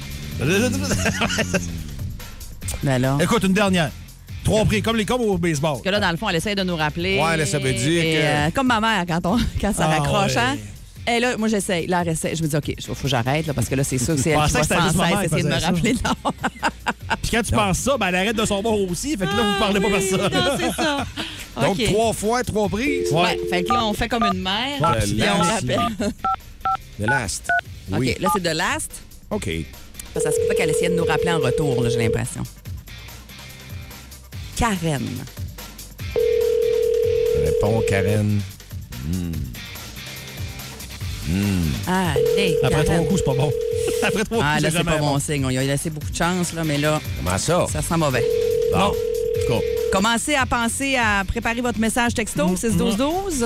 Ben là. Écoute, une dernière. Trois prix, comme, les, comme au baseball. Parce que là, dans le fond, elle essaie de nous rappeler. Ouais, là, ça veut dire Et, que- euh, comme ma mère, quand, on, quand ça Ah, raccroche, ouais. hein? Et là, moi, j'essaie. Là, elle essaie. Je me dis, OK, il faut que j'arrête, là, parce que là, c'est sûr que c'est Je elle qui pensais va que c'était sans juste maman cesse qui essayer de me faisait rappeler. Non, Puis quand tu penses ça, ben elle arrête de son bord aussi. Fait que là, vous parlez pas par ça. non, c'est ça. Donc, OK. trois fois, trois prises. Ouais. Fait que là, on fait comme une mère. Ouais, puis last. on rappelle. The last. Oui. OK, là, c'est de last. OK. Parce que ça se peut qu'elle essayait de nous rappeler en retour, là, j'ai l'impression. Karen. Réponds, Karen. Allez, Après Karen. trois coups, c'est pas bon. Après trois Ah, coups, là, c'est c'est pas jamais bon signe. On lui a laissé beaucoup de chance, là, mais là, Comment ça? ça sent mauvais. Bon. En tout cas, Commencez à penser à préparer votre message texto, six douze douze.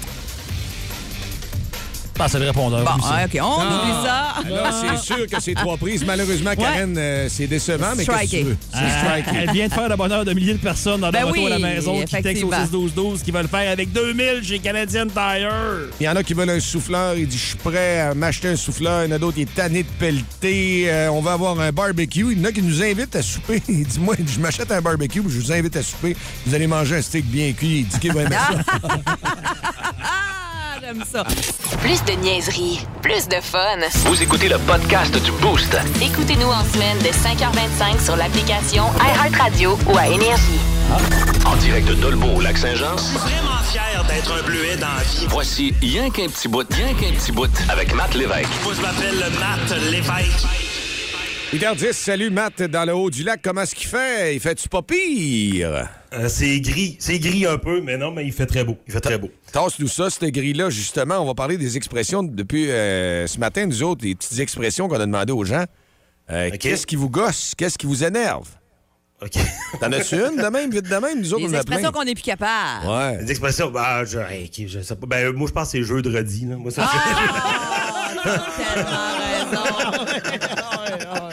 Passez le répondeur. Bon, oublie ça. ah, OK, on oublie ça. là, c'est sûr que c'est trois prises. Malheureusement, Karen, euh, c'est décevant, mais qu'est-ce que tu Striké. veux? C'est Ah, striké. elle vient de faire le bonheur de milliers de personnes dans Ben le retour oui, à la maison qui textent au effectivement. six douze douze qui veulent faire avec deux mille chez Canadian Tire. Il y en a qui veulent un souffleur. Il dit, je suis prêt à m'acheter un souffleur. Il y en a d'autres, il est tanné de pelleter. Euh, on va avoir un barbecue. Il y en a qui nous invitent à souper. Il dit, moi, je m'achète un barbecue, je vous invite à souper. Vous allez manger un steak bien cuit. Il dit qu'il va aimer ça. Ah, j'aime ça. Plus de niaiserie, plus de fun. Vous écoutez le podcast du Boost. Écoutez-nous en semaine de cinq heures vingt-cinq sur l'application iHeartRadio ou à Énergie. En direct de Dolbeau au Lac-Saint-Jean. Je suis vraiment fier d'être un bleuet dans la vie. Voici Rien qu'un petit bout, rien qu'un petit bout avec Matt Lévesque. Moi, je m'appelle Matt Lévesque. huit heures dix, salut Matt, dans le haut du lac. Comment est-ce qu'il fait? Il fait-tu pas pire? Euh, c'est gris. C'est gris un peu, mais non, mais il fait très beau. Il fait très beau. Tasse-nous ça, cette grille-là, justement. On va parler des expressions depuis euh, ce matin, nous autres, des petites expressions qu'on a demandé aux gens. Euh, OK. Qu'est-ce qui vous gosse? Qu'est-ce qui vous énerve? OK. T'en as-tu une de même, vite de même? Nous autres, Les on a plein. expressions qu'on n'est plus capable. Ouais. Les expressions, bah, je, hey, ok, je sais pas. Ben, moi, je pense que c'est jeudi, là. Moi, ça, Ah, t'as tellement raison.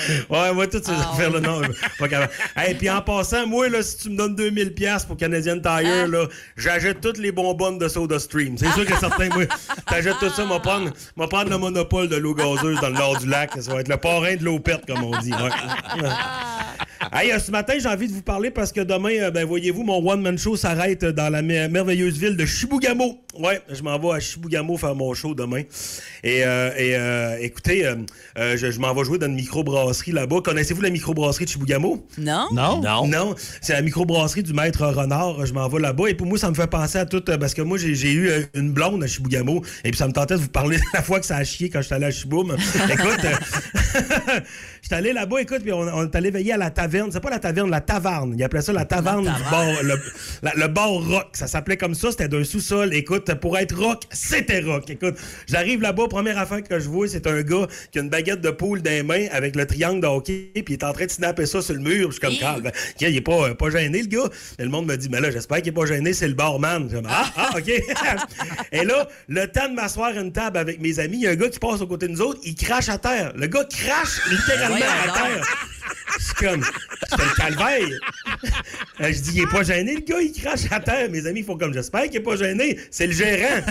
Ouais, moi, toutes ces Ah, affaires-là, non. Pas capable. Hey, puis en passant, moi, là, si tu me donnes deux mille dollars pour Canadian Tire, Ah. là, j'achète toutes les bonbonnes de SodaStream. C'est sûr que certains, moi, t'achètes tout ça, m'en prendre, m'en prendre le monopole de l'eau gazeuse dans le nord du lac. Ça va être le parrain de l'eau perte, comme on dit. Ouais. Hey, euh, ce matin, j'ai envie de vous parler parce que demain, euh, ben, voyez-vous, mon one-man show s'arrête dans la me- merveilleuse ville de Chibougamau. Ouais, je m'en vais à Chibougamau faire mon show demain. Et, euh, et euh, écoutez, euh, euh, je, je m'en vais jouer dans une microbrasserie là-bas. Connaissez-vous la microbrasserie de Chibougamau? Non? Non? Non. Non, c'est la microbrasserie du Maître Renard. Je m'en vais là-bas. Et pour moi, ça me fait penser à tout... euh, parce que moi, j'ai, j'ai eu euh, une blonde à Chibougamau. Et puis ça me tentait de vous parler de la fois que ça a chié quand j'étais allé à Chiboum. Écoute, euh, j'étais allé là-bas, écoute, puis on, on est allé veiller à la taverne. C'est pas la taverne, la taverne. Ils appelaient ça la taverne du bar... Le, la- le bar rock. Ça s'appelait comme ça. C'était d'un sous-sol. Écoute, pour être rock, c'était rock. Écoute, j'arrive là-bas, première affaire que je vois, c'est un gars qui a une baguette de poule dans les mains avec le triangle de hockey, puis il est en train de snapper ça sur le mur. Je suis comme, calme. Il est pas, pas gêné, le gars. Et le monde me dit, mais là, j'espère qu'il est pas gêné, c'est le barman. Je suis comme, ah, ah, OK. Et là, le temps de m'asseoir à une table avec mes amis, il y a un gars qui passe aux côtés de nous autres, il crache à terre. Le gars crache littéralement à terre. Je suis comme, c'est le calvaire. Euh, Je dis, il est pas gêné, le gars, il crache à terre. Mes amis font comme, j'espère qu'il est pas gêné. C'est le gérant.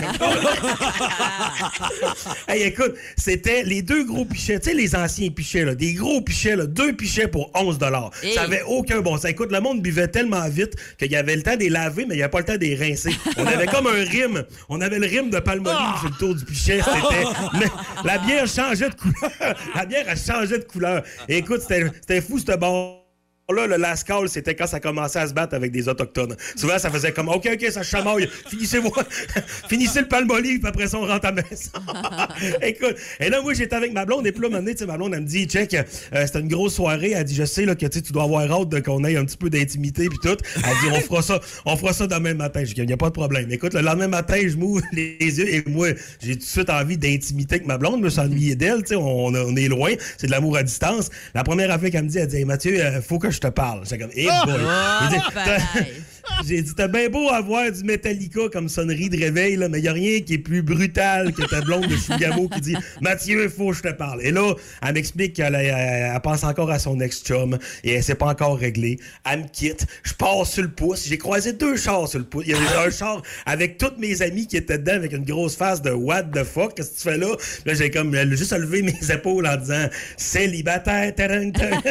Hey, écoute, c'était les deux gros pichets, tu sais, les anciens pichets, là, des gros pichets, là, deux pichets pour onze dollars. Hey. Ça avait aucun bon sens. Écoute, le monde buvait tellement vite qu'il y avait le temps de les laver, mais il n'y avait pas le temps de les rincer. On avait comme un rime. On avait le rime de Palmolive sur le tour du pichet. C'était... Mais la bière changeait de couleur. La bière, elle changeait de couleur. Et écoute, c'était, c'était fou, ce bar. Là, le last call, c'était quand ça commençait à se battre avec des Autochtones. Souvent, ça faisait comme, OK, OK, ça chamaille. Finissez-moi. Finissez le palmolive, puis après ça, on rentre à la maison. Écoute, et là, moi, j'étais avec ma blonde, et puis là, un moment donné, tu sais, ma blonde, elle me dit, check, euh, c'était une grosse soirée. Elle dit, je sais, là, que tu dois avoir hâte de, qu'on ait un petit peu d'intimité, puis tout. Elle dit, on fera ça, on fera ça demain matin. Je dis, il n'y a pas de problème. Écoute, le lendemain matin, je m'ouvre les yeux, et moi, j'ai tout de suite envie d'intimité avec ma blonde. Je me suis ennuyé d'elle, tu sais, on, on est loin. C'est de l'amour à distance. La première affaire qu'elle me dit, elle dit, hey, Mathieu, euh, faut que je te parle. J'étais comme, hey boy. J'ai dit, t'as- J'ai dit, t'as bien beau avoir du Metallica comme sonnerie de réveil, là, mais il n'y a rien qui est plus brutal que ta blonde de Chibougamau qui dit, Mathieu, il faut que je te parle. Et là, elle m'explique qu'elle elle, elle pense encore à son ex-chum et elle s'est pas encore réglée. Elle me quitte. Je pars sur le pouce. J'ai croisé deux chars sur le pouce. Il y avait un char avec tous mes amis qui étaient dedans avec une grosse face de what the fuck, qu'est-ce que tu fais là? Là, j'ai comme elle a juste levé mes épaules en disant, célibataire. Tadang, tadang.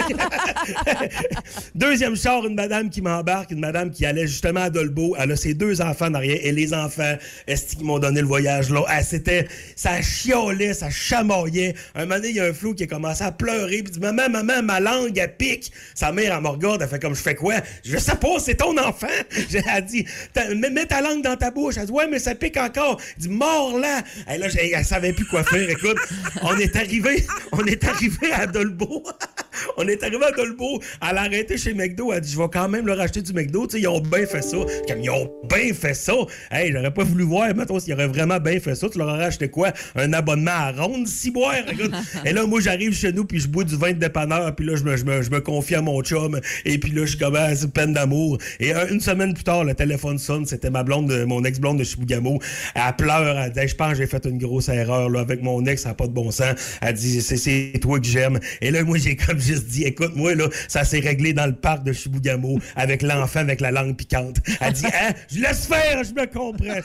Deuxième char, une madame qui m'embarque, une madame qui allait justement à Dolbeau. Elle a ses deux enfants derrière. Et les enfants, est-ce qu'ils m'ont donné le voyage là? Ah, c'était, ça chiolait, ça chamaillait. Un moment donné, il y a un flou qui a commencé à pleurer. Puis il dit, maman, maman, ma langue, elle pique. Sa mère, elle me regarde, elle fait comme, je fais quoi? Je sais pas, c'est ton enfant. Elle a dit, mets, mets ta langue dans ta bouche. Elle dit, ouais, mais ça pique encore. Elle dit, mort là. Et là, elle, elle savait plus quoi faire. Écoute, on est arrivé, on est arrivé à Dolbeau. On est arrivé à Dolbeau. Elle a arrêté chez McDo. Elle a dit, je vais quand même leur acheter du McDo. Tu sais, ils ont bien fait ça. Comme ils ont bien fait ça. Hey, j'aurais pas voulu voir, mettons, s'ils auraient vraiment bien fait ça. Tu leur aurais acheté quoi? Un abonnement à ronde, si boire. Écoute. Et là, moi, j'arrive chez nous, puis je bois du vin de dépanneur, puis là, je me, je me, je me confie à mon chum. Et puis là, je suis comme, ah, c'est peine d'amour. Et euh, une semaine plus tard, le téléphone sonne. C'était ma blonde, mon ex-blonde de Chibougamau. Elle pleure. Elle dit, hey, je pense que j'ai fait une grosse erreur, là, avec mon ex, ça n'a pas de bon sens. Elle dit, c'est, c'est toi que j'aime. Et là, moi, j'ai comme juste dit, écoute, moi, là, ça s'est réglé dans le parc de Chibougamau avec l'enfant avec la langue piquante. Elle dit, hein, je laisse faire, je me comprends.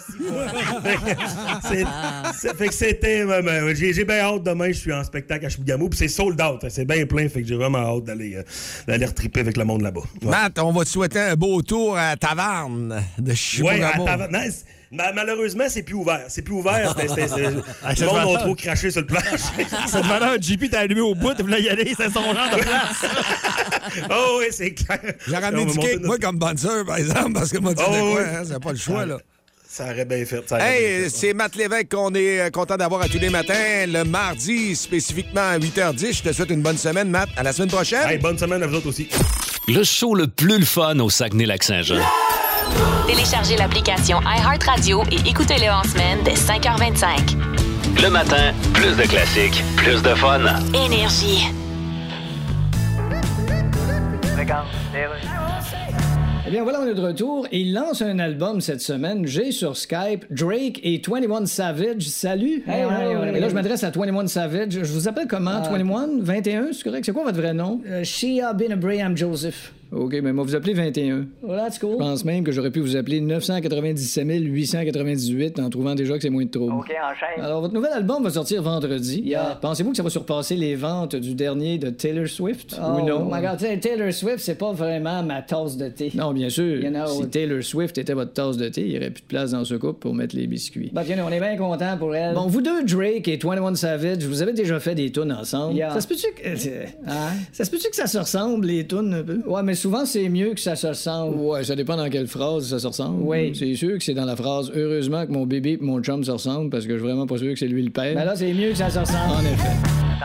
c'est, c'est, fait que c'était, euh, j'ai, j'ai bien hâte demain, je suis en spectacle à Chibougamau, puis c'est sold out, c'est bien plein, fait que j'ai vraiment hâte d'aller, euh, d'aller retriper avec le monde là-bas. Ouais. Matt, on va te souhaiter un beau tour à Taverne de Chibougamau. Ouais, à Taverne. Non, c'est- Ma- malheureusement, c'est plus ouvert. C'est plus ouvert. C'était, c'était, c'était, Ah, le monde a trop craché sur le plancher. Cette valeur, J P t'a allumé au bout, tu voulais y aller, c'est son genre de place. Oh oui, c'est clair. J'ai ramené du cake, moi, comme bonne sœur, par exemple, parce que moi, tu Oh, sais quoi, oui. hein, c'est pas le choix, là. Ça aurait bien fait. Ça aurait bien Hey, fait. c'est Matt Lévesque qu'on est euh, content d'avoir à tous les matins, le mardi, spécifiquement à huit heures dix. Je te souhaite une bonne semaine, Matt. À la semaine prochaine. Hey, bonne semaine à vous autres aussi. Le show le plus le fun au Saguenay-Lac-Saint-Jean. Téléchargez l'application iHeartRadio et écoutez-le en semaine dès cinq heures vingt-cinq. Le matin, plus de classiques, plus de fun. Énergie. Regarde, les rues. Eh bien, voilà, on est de retour. Il lance un album cette semaine. J'ai sur Skype Drake et vingt et un Savage. Salut. Hey, hey, hey, hey, là, je m'adresse à vingt et un Savage. Je vous appelle comment? Uh, vingt et un? vingt et un, c'est correct? C'est quoi votre vrai nom? Uh, Shia bin Abraham Joseph. OK, mais moi, vous appelez vingt et un. Well, that's cool. Je pense même que j'aurais pu vous appeler neuf cent quatre-vingt-dix-sept huit cent quatre-vingt-dix-huit en trouvant déjà que c'est moins de trouble. OK, enchaîne. Alors, votre nouvel album va sortir vendredi. Yeah. Pensez-vous que ça va surpasser les ventes du dernier de Taylor Swift? Oh, ou non? Oh my God, Taylor Swift, c'est pas vraiment ma tasse de thé. Non, bien sûr. You know, si Taylor Swift était votre tasse de thé, il n'y aurait plus de place dans ce couple pour mettre les biscuits. Bah, you know, on est bien contents pour elle. Bon, vous deux, Drake et vingt et un Savage, vous avez déjà fait des tunes ensemble. Yeah. Ça se peut-tu que... Hein? Ça se peut-tu que ça se ressemble, les tunes, un peu? Ouais, mais souvent, c'est mieux que ça se ressemble. Ouais, ça dépend dans quelle phrase ça se ressemble. Oui. C'est sûr que c'est dans la phrase « Heureusement que mon bébé et mon chum se ressemblent » parce que je suis vraiment pas sûr que c'est lui le père. Mais là, c'est mieux que ça se ressemble. En effet.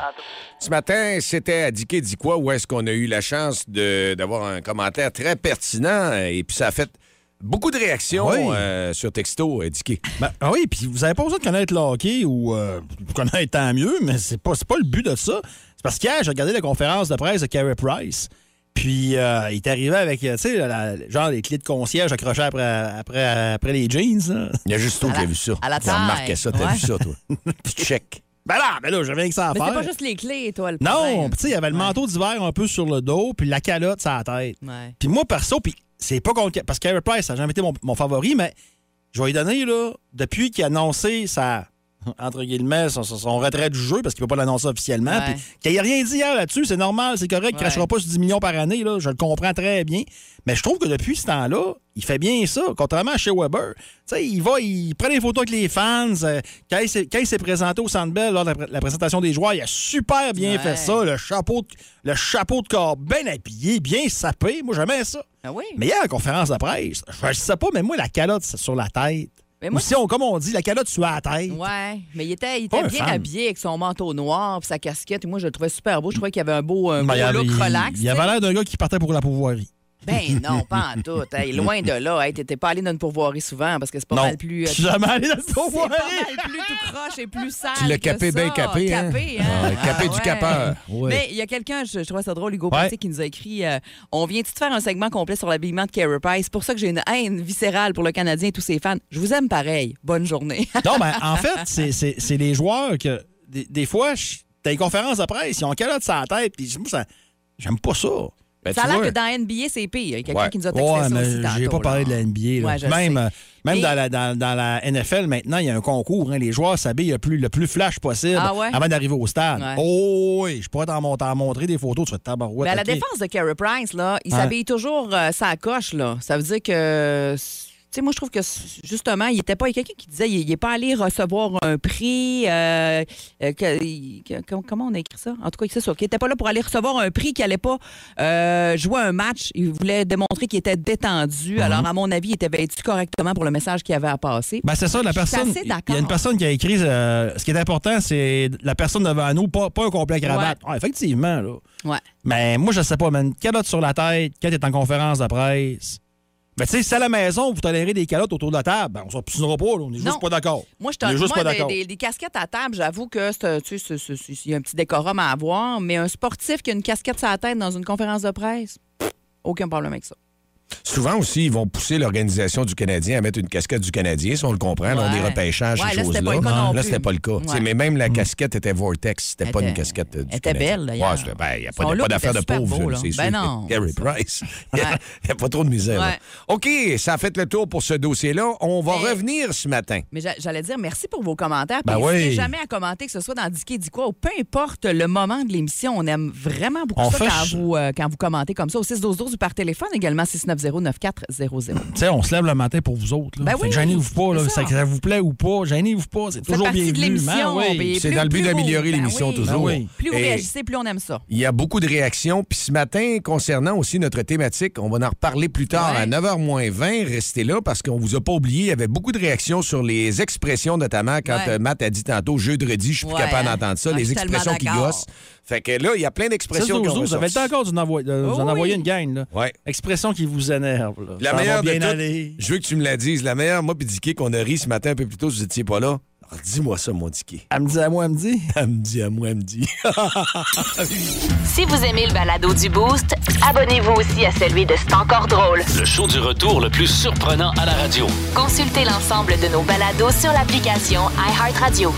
Ce matin, c'était à Dicky dit quoi, où est-ce qu'on a eu la chance de, d'avoir un commentaire très pertinent et puis ça a fait beaucoup de réactions oui. euh, sur texto, euh, Dicky. Ben, ah oui, puis vous avez pas besoin de connaître le hockey ou euh, connaître tant mieux, mais c'est pas, c'est pas le but de ça. C'est parce qu'hier, j'ai regardé la conférence de presse de Carey Price. Puis, euh, il est arrivé avec, tu sais, genre les clés de concierge accrochées après, après, après les jeans. Là. Il y a juste toi qui a vu ça. À la taille. Tu as remarqué ça, t'as ouais. vu ça, toi. Tu check. Ben là, ben là, j'avais rien que ça à mais faire. Mais c'est pas juste les clés, toi, le Non, tu sais, il y avait le ouais. manteau d'hiver un peu sur le dos, puis la calotte sur la tête. Ouais. Puis moi, perso, puis c'est pas contre... Parce que Carey Price, ça n'a jamais été mon, mon favori, mais je vais lui donner, là, depuis qu'il a annoncé sa... entre guillemets, son, son retrait du jeu, parce qu'il ne peut pas l'annoncer officiellement. Ouais. Puis qu'il n'y a rien dit hier là-dessus, c'est normal, c'est correct, il ne crachera pas sur dix millions par année, là, je le comprends très bien. Mais je trouve que depuis ce temps-là, il fait bien ça, contrairement à chez Weber. Tu sais, il va, il prend des photos avec les fans. Euh, quand, il quand il s'est présenté au Centre Bell lors de la, la présentation des joueurs, il a super bien ouais. fait ça. Le chapeau, de, le chapeau de corps bien habillé, bien sapé. Moi, j'aimais ça. Ah oui? Mais hier, à la conférence de presse, je ne sais pas, mais moi, la calotte sur la tête. Mais moi, Ou si on, comme on dit, la calotte sur la tête. Ouais, mais il était, il était bien fan. habillé avec son manteau noir et sa casquette. Et moi, je le trouvais super beau. Je trouvais qu'il avait un beau, un beau ben, look il, relax. Il, il avait l'air d'un gars qui partait pour la pourvoirie. Ben non, pas en tout. Hey, loin de là. Hey, t'étais pas allé dans une pourvoirie souvent parce que c'est pas non, mal plus... Je suis jamais allé dans une pourvoirie. C'est pas mal plus tout croche et plus sale. Tu l'as capé bien capé, hein? Capé, hein? Ah, capé ah, du ouais. capeur. Oui. Mais il y a quelqu'un, je, je trouvais ça drôle, Hugo ouais. Paty, qui nous a écrit euh, on vient-tu de faire un segment complet sur l'habillement de Carey Price? C'est pour ça que j'ai une haine viscérale pour le Canadien et tous ses fans. Je vous aime pareil. Bonne journée. Non, mais en fait, c'est, c'est, c'est les joueurs que, des, des fois, t'as des conférences de presse, ils ont calotte sur la tête, puis moi, ça, j'aime pas ça. Ben, ça a l'air que dans la N B A, c'est pire. Il y a quelqu'un ouais. qui nous a texté ouais, ça mais aussi tantôt. J'ai pas parlé là. de la N B A. Là. Ouais, même euh, même mais... dans, la, dans, dans la N F L, maintenant, il y a un concours. Hein, les joueurs s'habillent le plus, le plus flash possible ah ouais? avant d'arriver au stade. Ouais. Oh oui, je pourrais t'en, t'en montrer des photos, tu vas te tabarouette. Mais à la okay. défense de Carey Price, là, il hein? s'habille toujours euh, sa coche. Là. Ça veut dire que... Tu sais, moi, je trouve que, justement, il était pas... Il y a quelqu'un qui disait qu'il n'est pas allé recevoir un prix. Euh, euh, que, que, comment on a écrit ça? En tout cas, c'est ça. Qu'il n'était pas là pour aller recevoir un prix, qu'il n'allait pas euh, jouer un match. Il voulait démontrer qu'il était détendu. Mm-hmm. Alors, à mon avis, il était vêtu correctement pour le message qu'il avait à passer. Ben, c'est ça, la personne... Il y a une personne qui a écrit... Euh, ce qui est important, c'est la personne devant nous, pas, pas un complet cravate. Ouais. Ah, effectivement, là. Ouais. Mais moi, je sais pas, mais une calotte sur la tête, quand tu es en conférence de presse... Ben, tu sais, si à la maison, vous tolérez des calottes autour de la table, ben, on ne s'obstinera pas, là, on n'est juste pas d'accord. Moi, je juste pas d'accord. Des, des casquettes à table, j'avoue que c'est, tu sais, c'est, c'est, il y a un petit décorum à avoir, mais un sportif qui a une casquette sur la tête dans une conférence de presse, pff, aucun problème avec ça. Souvent aussi, ils vont pousser l'organisation du Canadien à mettre une casquette du Canadien, si on le comprend, ouais. là, des repêchages, ouais, ces là, choses-là. C'était pas là, c'était pas le cas. Ouais. Mais même la casquette était Vortex, c'était elle pas était, une casquette du elle Canadien. était belle, d'ailleurs. Ouais, ben, il n'y a pas, pas d'affaire de pauvre, beau, c'est ben sûr. non. Carey Price, il ouais. n'y a, a pas trop de misère. Ouais. OK, ça a fait le tour pour ce dossier-là. On va mais, revenir ce matin. Mais j'allais dire merci pour vos commentaires. Ben n'hésitez oui. jamais à commenter, que ce soit dans Dicky dit quoi, ou peu importe le moment de l'émission. On aime vraiment beaucoup on ça fait... quand, vous, euh, quand vous commentez comme ça. Au six douze douze ou par téléphone, également six neuf zéro neuf quatre zéro zéro. On se lève le matin pour vous autres. Là. Ben fait oui, que gênez-vous pas, là, ça. Ça, que ça vous plaît ou pas, gênez-vous pas, c'est toujours bienvenu. De l'émission, oui. C'est dans le but d'améliorer ben l'émission oui. toujours. Ben oui. Plus vous réagissez, plus on aime ça. Il y a beaucoup de réactions. Puis ce matin, concernant aussi notre thématique, on va en reparler plus tard ouais. à neuf heures moins vingt. Restez là parce qu'on vous a pas oublié. Il y avait beaucoup de réactions sur les expressions, notamment quand ouais. Matt a dit tantôt jeudi, je suis plus ouais. capable d'entendre ça, ah, les expressions qui gossent. Fait que là, il y a plein d'expressions qui ont Vous avez le temps encore de vous envoyer, de oh, en envoyer oui. une gang. Là. Ouais. Expressions qui vous énervent. Là. La ça meilleure va bien de aller. Toutes, je veux que tu me la dises. La meilleure, moi, puis Dicky, qu'on a ri ce matin un peu plus tôt, si vous n'étiez pas là. Alors, dis-moi ça, mon Dicky. Elle me dit à moi, elle me dit. Elle me dit à moi, elle me dit. Si vous aimez le balado du Boost, abonnez-vous aussi à celui de C'est encore drôle. Le show du retour le plus surprenant à la radio. Consultez l'ensemble de nos balados sur l'application iHeartRadio.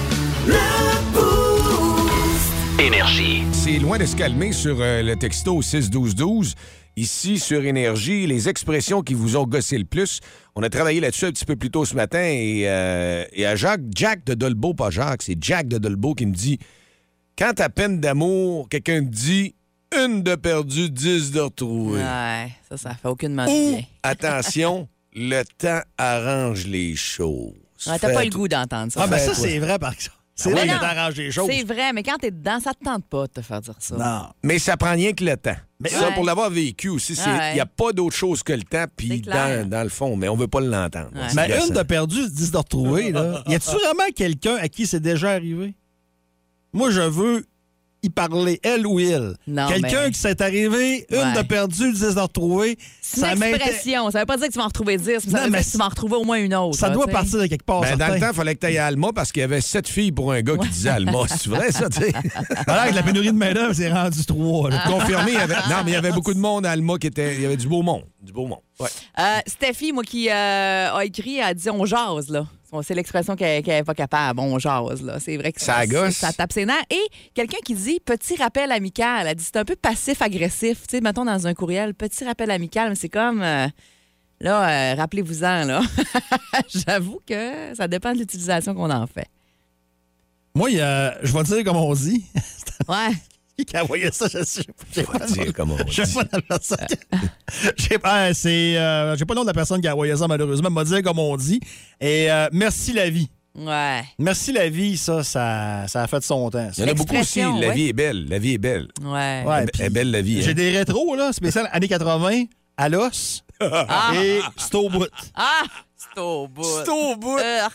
Énergie. C'est loin de se calmer sur euh, le texto six douze douze. Ici, sur Énergie, les expressions qui vous ont gossé le plus. On a travaillé là-dessus un petit peu plus tôt ce matin et, euh, et à Jacques, Jack de Dolbeau, pas Jacques, c'est Jack de Dolbeau qui me dit « Quand à peine d'amour, quelqu'un te dit « Une de perdue, dix de retrouvée. » Ouais, ça, ça fait aucunement de Ou, bien. attention, le temps arrange les choses. Ouais, t'as pas le goût d'entendre ça. Ah, ben ça, Fais-toi. c'est vrai, par exemple. C'est Mais vrai non, que t'arranges les choses. C'est vrai, mais quand t'es dedans, ça te tente pas de te faire dire ça. Non. Mais ça prend rien que le temps. Mais ça, ouais. pour l'avoir vécu aussi, il Ouais. n'y a pas d'autre chose que le temps, puis C'est clair. dans, dans le fond, mais on veut pas l'entendre. Ouais. C'est Mais agaçant. une de perdu, dix de retrouvé, là. Y a-tu vraiment quelqu'un à qui c'est déjà arrivé? Moi, je veux y parler, elle ou il. Non, Quelqu'un mais- qui s'est arrivé, une Ouais. de perdu, dix de retrouvé. C'est Ça une m'inté- expression. Ça veut pas dire que tu vas en retrouver dix, mais ça Non, veut mais dire que tu vas en retrouver au moins une autre. Ça là, doit tu sais. partir de quelque part. Ben, dans le certain. temps, il fallait que tu ailles à Alma parce qu'il y avait sept filles pour un gars qui disait Alma. C'est vrai, ça, tu sais? Voilà, avec la pénurie de main-d'œuvre, c'est rendu trois. là. Confirmé, il y avait... Non, mais il y avait beaucoup de monde à Alma qui était... Il y avait du beau monde. Du beau monde. Ouais. Euh, Steffi, moi, qui euh, a écrit, a dit on jase, là. Bon, c'est l'expression qu'elle n'est pas capable. On jase, là. C'est vrai que Ça gosse. Ça tape ses nerfs. Et quelqu'un qui dit petit rappel amical. Elle dit c'est un peu passif-agressif. Tu sais, mettons dans un courriel, petit rappel amical, mais c'est comme. euh, là, euh, rappelez-vous-en, là. J'avoue que ça dépend de l'utilisation qu'on en fait. Moi, il y a- je vais te dire comme on dit. Ouais. Qui a envoyé ça, je sais Je vais pas dire comment on Je sais dit. pas la personne. J'ai pas, c'est, euh, j'ai pas le nom de la personne qui a envoyé ça, malheureusement. Elle m'a dit comme on dit. Et euh, merci la vie. Ouais. Merci la vie, ça, ça, ça a fait son temps. Il y en a beaucoup aussi. L'expression, La ouais. vie est belle. La vie est belle. Ouais. Ouais, Elle puis est belle, la vie. J'ai hein. des rétros, là, spécial années quatre-vingts, à l'os Ah. et c'est au bout. Ah! C'est au bout. C'est au bout. Urk.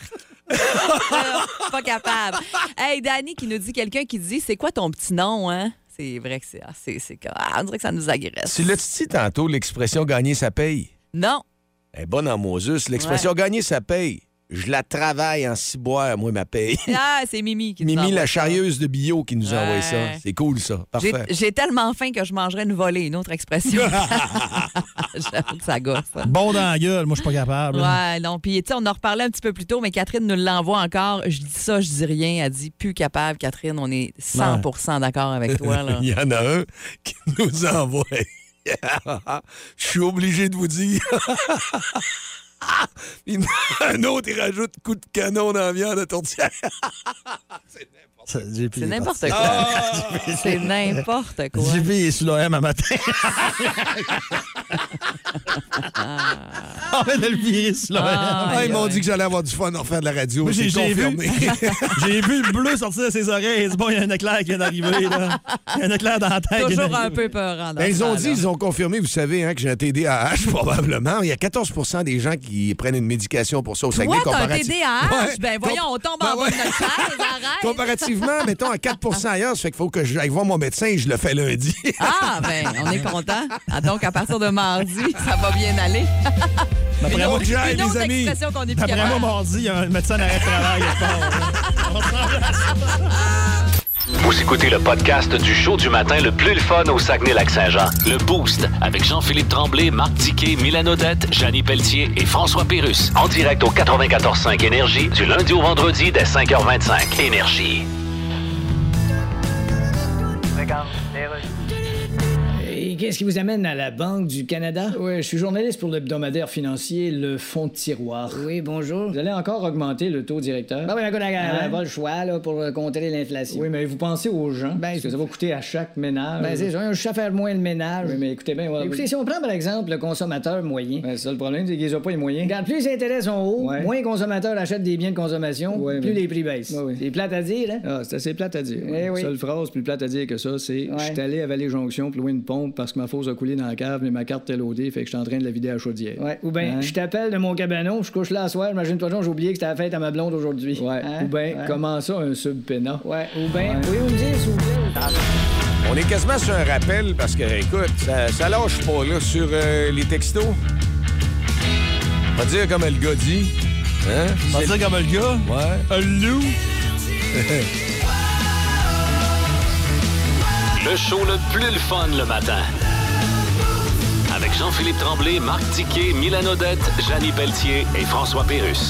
Urk. Pas capable. Hey, Danny qui nous dit quelqu'un qui dit c'est quoi ton petit nom, hein? C'est vrai que c'est. Ah, c'est, c'est, ah, on dirait que ça nous agresse. Tu l'as dit tantôt, l'expression gagner sa paye. Non. Elle est bonne en Moses. L'expression gagner sa paye. Je la travaille en ciboire, moi, ma paye. Ah, c'est Mimi qui nous Mimi, envoie la ça. charrieuse de bio, qui nous a envoyé ça. Ouais. C'est cool, ça. J'ai, Parfait. j'ai tellement faim que je mangerais une volée, une autre expression. J'avoue que ça gosse. ça. Bon dans la gueule, moi, je suis pas capable. là. Ouais, non. Puis, tu sais, on en reparlait un petit peu plus tôt, mais Catherine nous l'envoie encore. Je dis ça, je dis rien. Elle dit plus capable, Catherine. On est cent pour cent d'accord avec toi, là. Il y en a un qui nous envoie. Je suis obligé de vous dire. Il- un autre, il rajoute coup de canon dans la viande à tourtière. Ça, J P, C'est n'importe il est quoi. Ah! C'est n'importe quoi. parti. J P est sur l'O M un matin. On va de le virer sur l'O M. Ah, Ah, ils m'ont aïe. dit que j'allais avoir du fun à refaire de la radio. Moi, j'ai, C'est j'ai vu, confirmé. j'ai vu le bleu sortir de ses oreilles. C'est bon, il y a un éclair qui vient d'arriver. Là. Il y a un éclair dans la tête. qui vient Toujours un d'arriver. peu peurant. dans Ben, ils ce ont temps-là. dit, ils ont confirmé, vous savez, hein, que j'ai un T D A H, probablement. Il y a quatorze pour cent des gens qui prennent une médication pour ça au Saguenay. Toi, t'as un comparati- T D A H? Ouais. Ben voyons, on tombe en Ben bas ouais. de notre chaise, arrête. Comparativement, mettons, à quatre pour cent ailleurs, ça fait qu'il faut que j'aille voir mon médecin et je le fais lundi. Ah, ben, on est content. Ah, donc, à partir de mardi, ça va bien aller. D'après Une moi, autre, j'aille, une les autre amis. expression qu'on est plus d'après moi, capable. mardi, il y a un médecin d'arrêt de travail. quelque part, là. Vous écoutez le podcast du show du matin le plus le fun au Saguenay-Lac-Saint-Jean. Le Boost avec Jean-Philippe Tremblay, Marc Diquet, Milan Odette, Janine Pelletier et François Pérusse. En direct au quatre-vingt-quatorze cinq Énergie du lundi au vendredi dès cinq heures vingt-cinq. Énergie. Regarde, les rues. Et qu'est-ce qui vous amène à la Banque du Canada? Oui, je suis journaliste pour l'hebdomadaire financier Le Fonds de tiroir. Oui, bonjour. Vous allez encore augmenter le taux directeur? Ben oui, on n'a pas le choix là, pour contrer l'inflation. Oui, mais vous pensez aux gens? Ben, parce que ça va coûter à chaque ménage. Ben, c'est ça, un chef faire moins le ménage. Oui, mais écoutez bien, ouais, écoutez, si on prend par exemple le consommateur moyen, ben, c'est ça le problème, c'est qu'ils n'ont pas les moyens. Regarde, plus les intérêts sont hauts, Ouais. moins les consommateurs achètent des biens de consommation, Ouais, plus mais- les prix baissent. Ouais, ouais. C'est plate à dire, hein? Ah, c'est assez plate à dire. Eh oui. Seule phrase plus plate à dire que ça, c'est Ouais. je suis allé à Vallée-Jonction pour louer une pompe parce que ma fosse a coulé dans la cave, mais ma carte est loadée, fait que je suis en train de la vider à la chaudière. Ouais. Ou bien, Hein? je t'appelle de mon cabanon, je couche là à soir, imagine-toi donc, j'ai oublié que c'était la fête à ma blonde aujourd'hui. Ouais. Hein? Ou bien, Ouais. comment ça, un sub-pénat? Ouais. Ou bien, Ouais. oui, vous me dites, s'il vous plaît. On est quasiment sur un rappel parce que, écoute, ça, ça lâche pas, là, sur euh, les textos. On va dire comme le gars dit. Hein? On va dire comme le gars. Ouais. Un loup. Le show le plus le fun le matin. Avec Jean-Philippe Tremblay, Marc Tiquet, Milan Odette, Janine Pelletier et François Pérusse.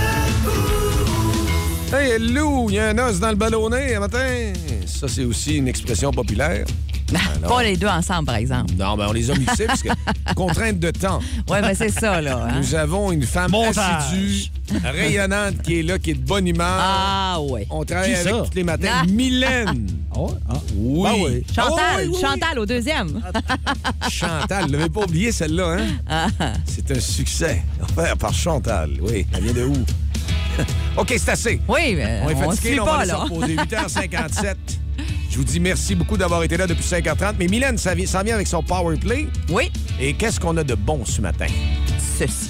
Hey, loup, il y a un os dans le ballonnet un matin. Ça, c'est aussi une expression populaire. Alors, pas les deux ensemble, par exemple. Non, mais on les a mixés parce que contrainte de temps. Oui, mais c'est ça, là. Hein? Nous avons une femme Montage. assidue, rayonnante, qui est là, qui est de bonne humeur. Ah, oui. On travaille Qui avec ça? tous les matins. Ah. Mylène. Oh, ah. Oui. Ah oui. Chantal, Ah oui, oui, oui. Chantal au deuxième. Chantal, ne l'avez pas oublié celle-là, hein? Ah. C'est un succès. Offert par Chantal. Oui, elle vient de où? OK, c'est assez. Oui, mais On est on fatigué, suit là, on va pas, aller se là. reposer. huit heures cinquante-sept. Je vous dis merci beaucoup d'avoir été là depuis cinq heures trente. Mais Mylène ça vient, ça vient avec son Power Play. Oui. Et qu'est-ce qu'on a de bon ce matin? Ceci.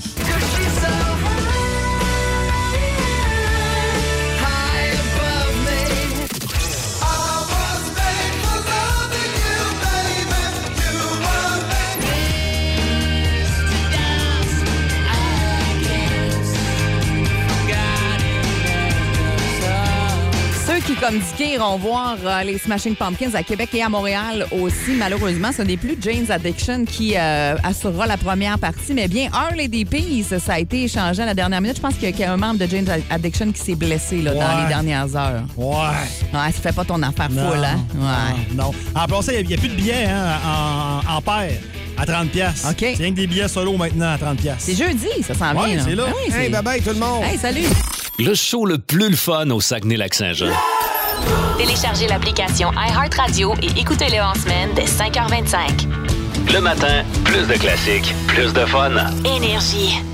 Qui, comme Dicky, iront voir euh, les Smashing Pumpkins à Québec et à Montréal aussi. Malheureusement, ce n'est plus Jane's Addiction qui euh, assurera la première partie, mais bien Our Lady Peace, ça a été échangé à la dernière minute. Je pense qu'il y a un membre de Jane's Addiction qui s'est blessé là, Ouais. dans les dernières heures. Ouais. Ouais, ça fait pas ton affaire Non, full, hein? Ouais. Non. non. En plus, il n'y a, a plus de billets hein, en, en paire à trente piastres. OK. C'est rien que des billets solo maintenant à trente piastres. C'est jeudi, ça s'en Ouais, vient. c'est là. Ah oui, Hey, c'est- bye-bye tout le monde! Hey, salut! Le show le plus le fun au Saguenay-Lac-Saint-Jean. Téléchargez l'application iHeartRadio et écoutez-le en semaine dès cinq heures vingt-cinq. Le matin, plus de classiques, plus de fun. Énergie.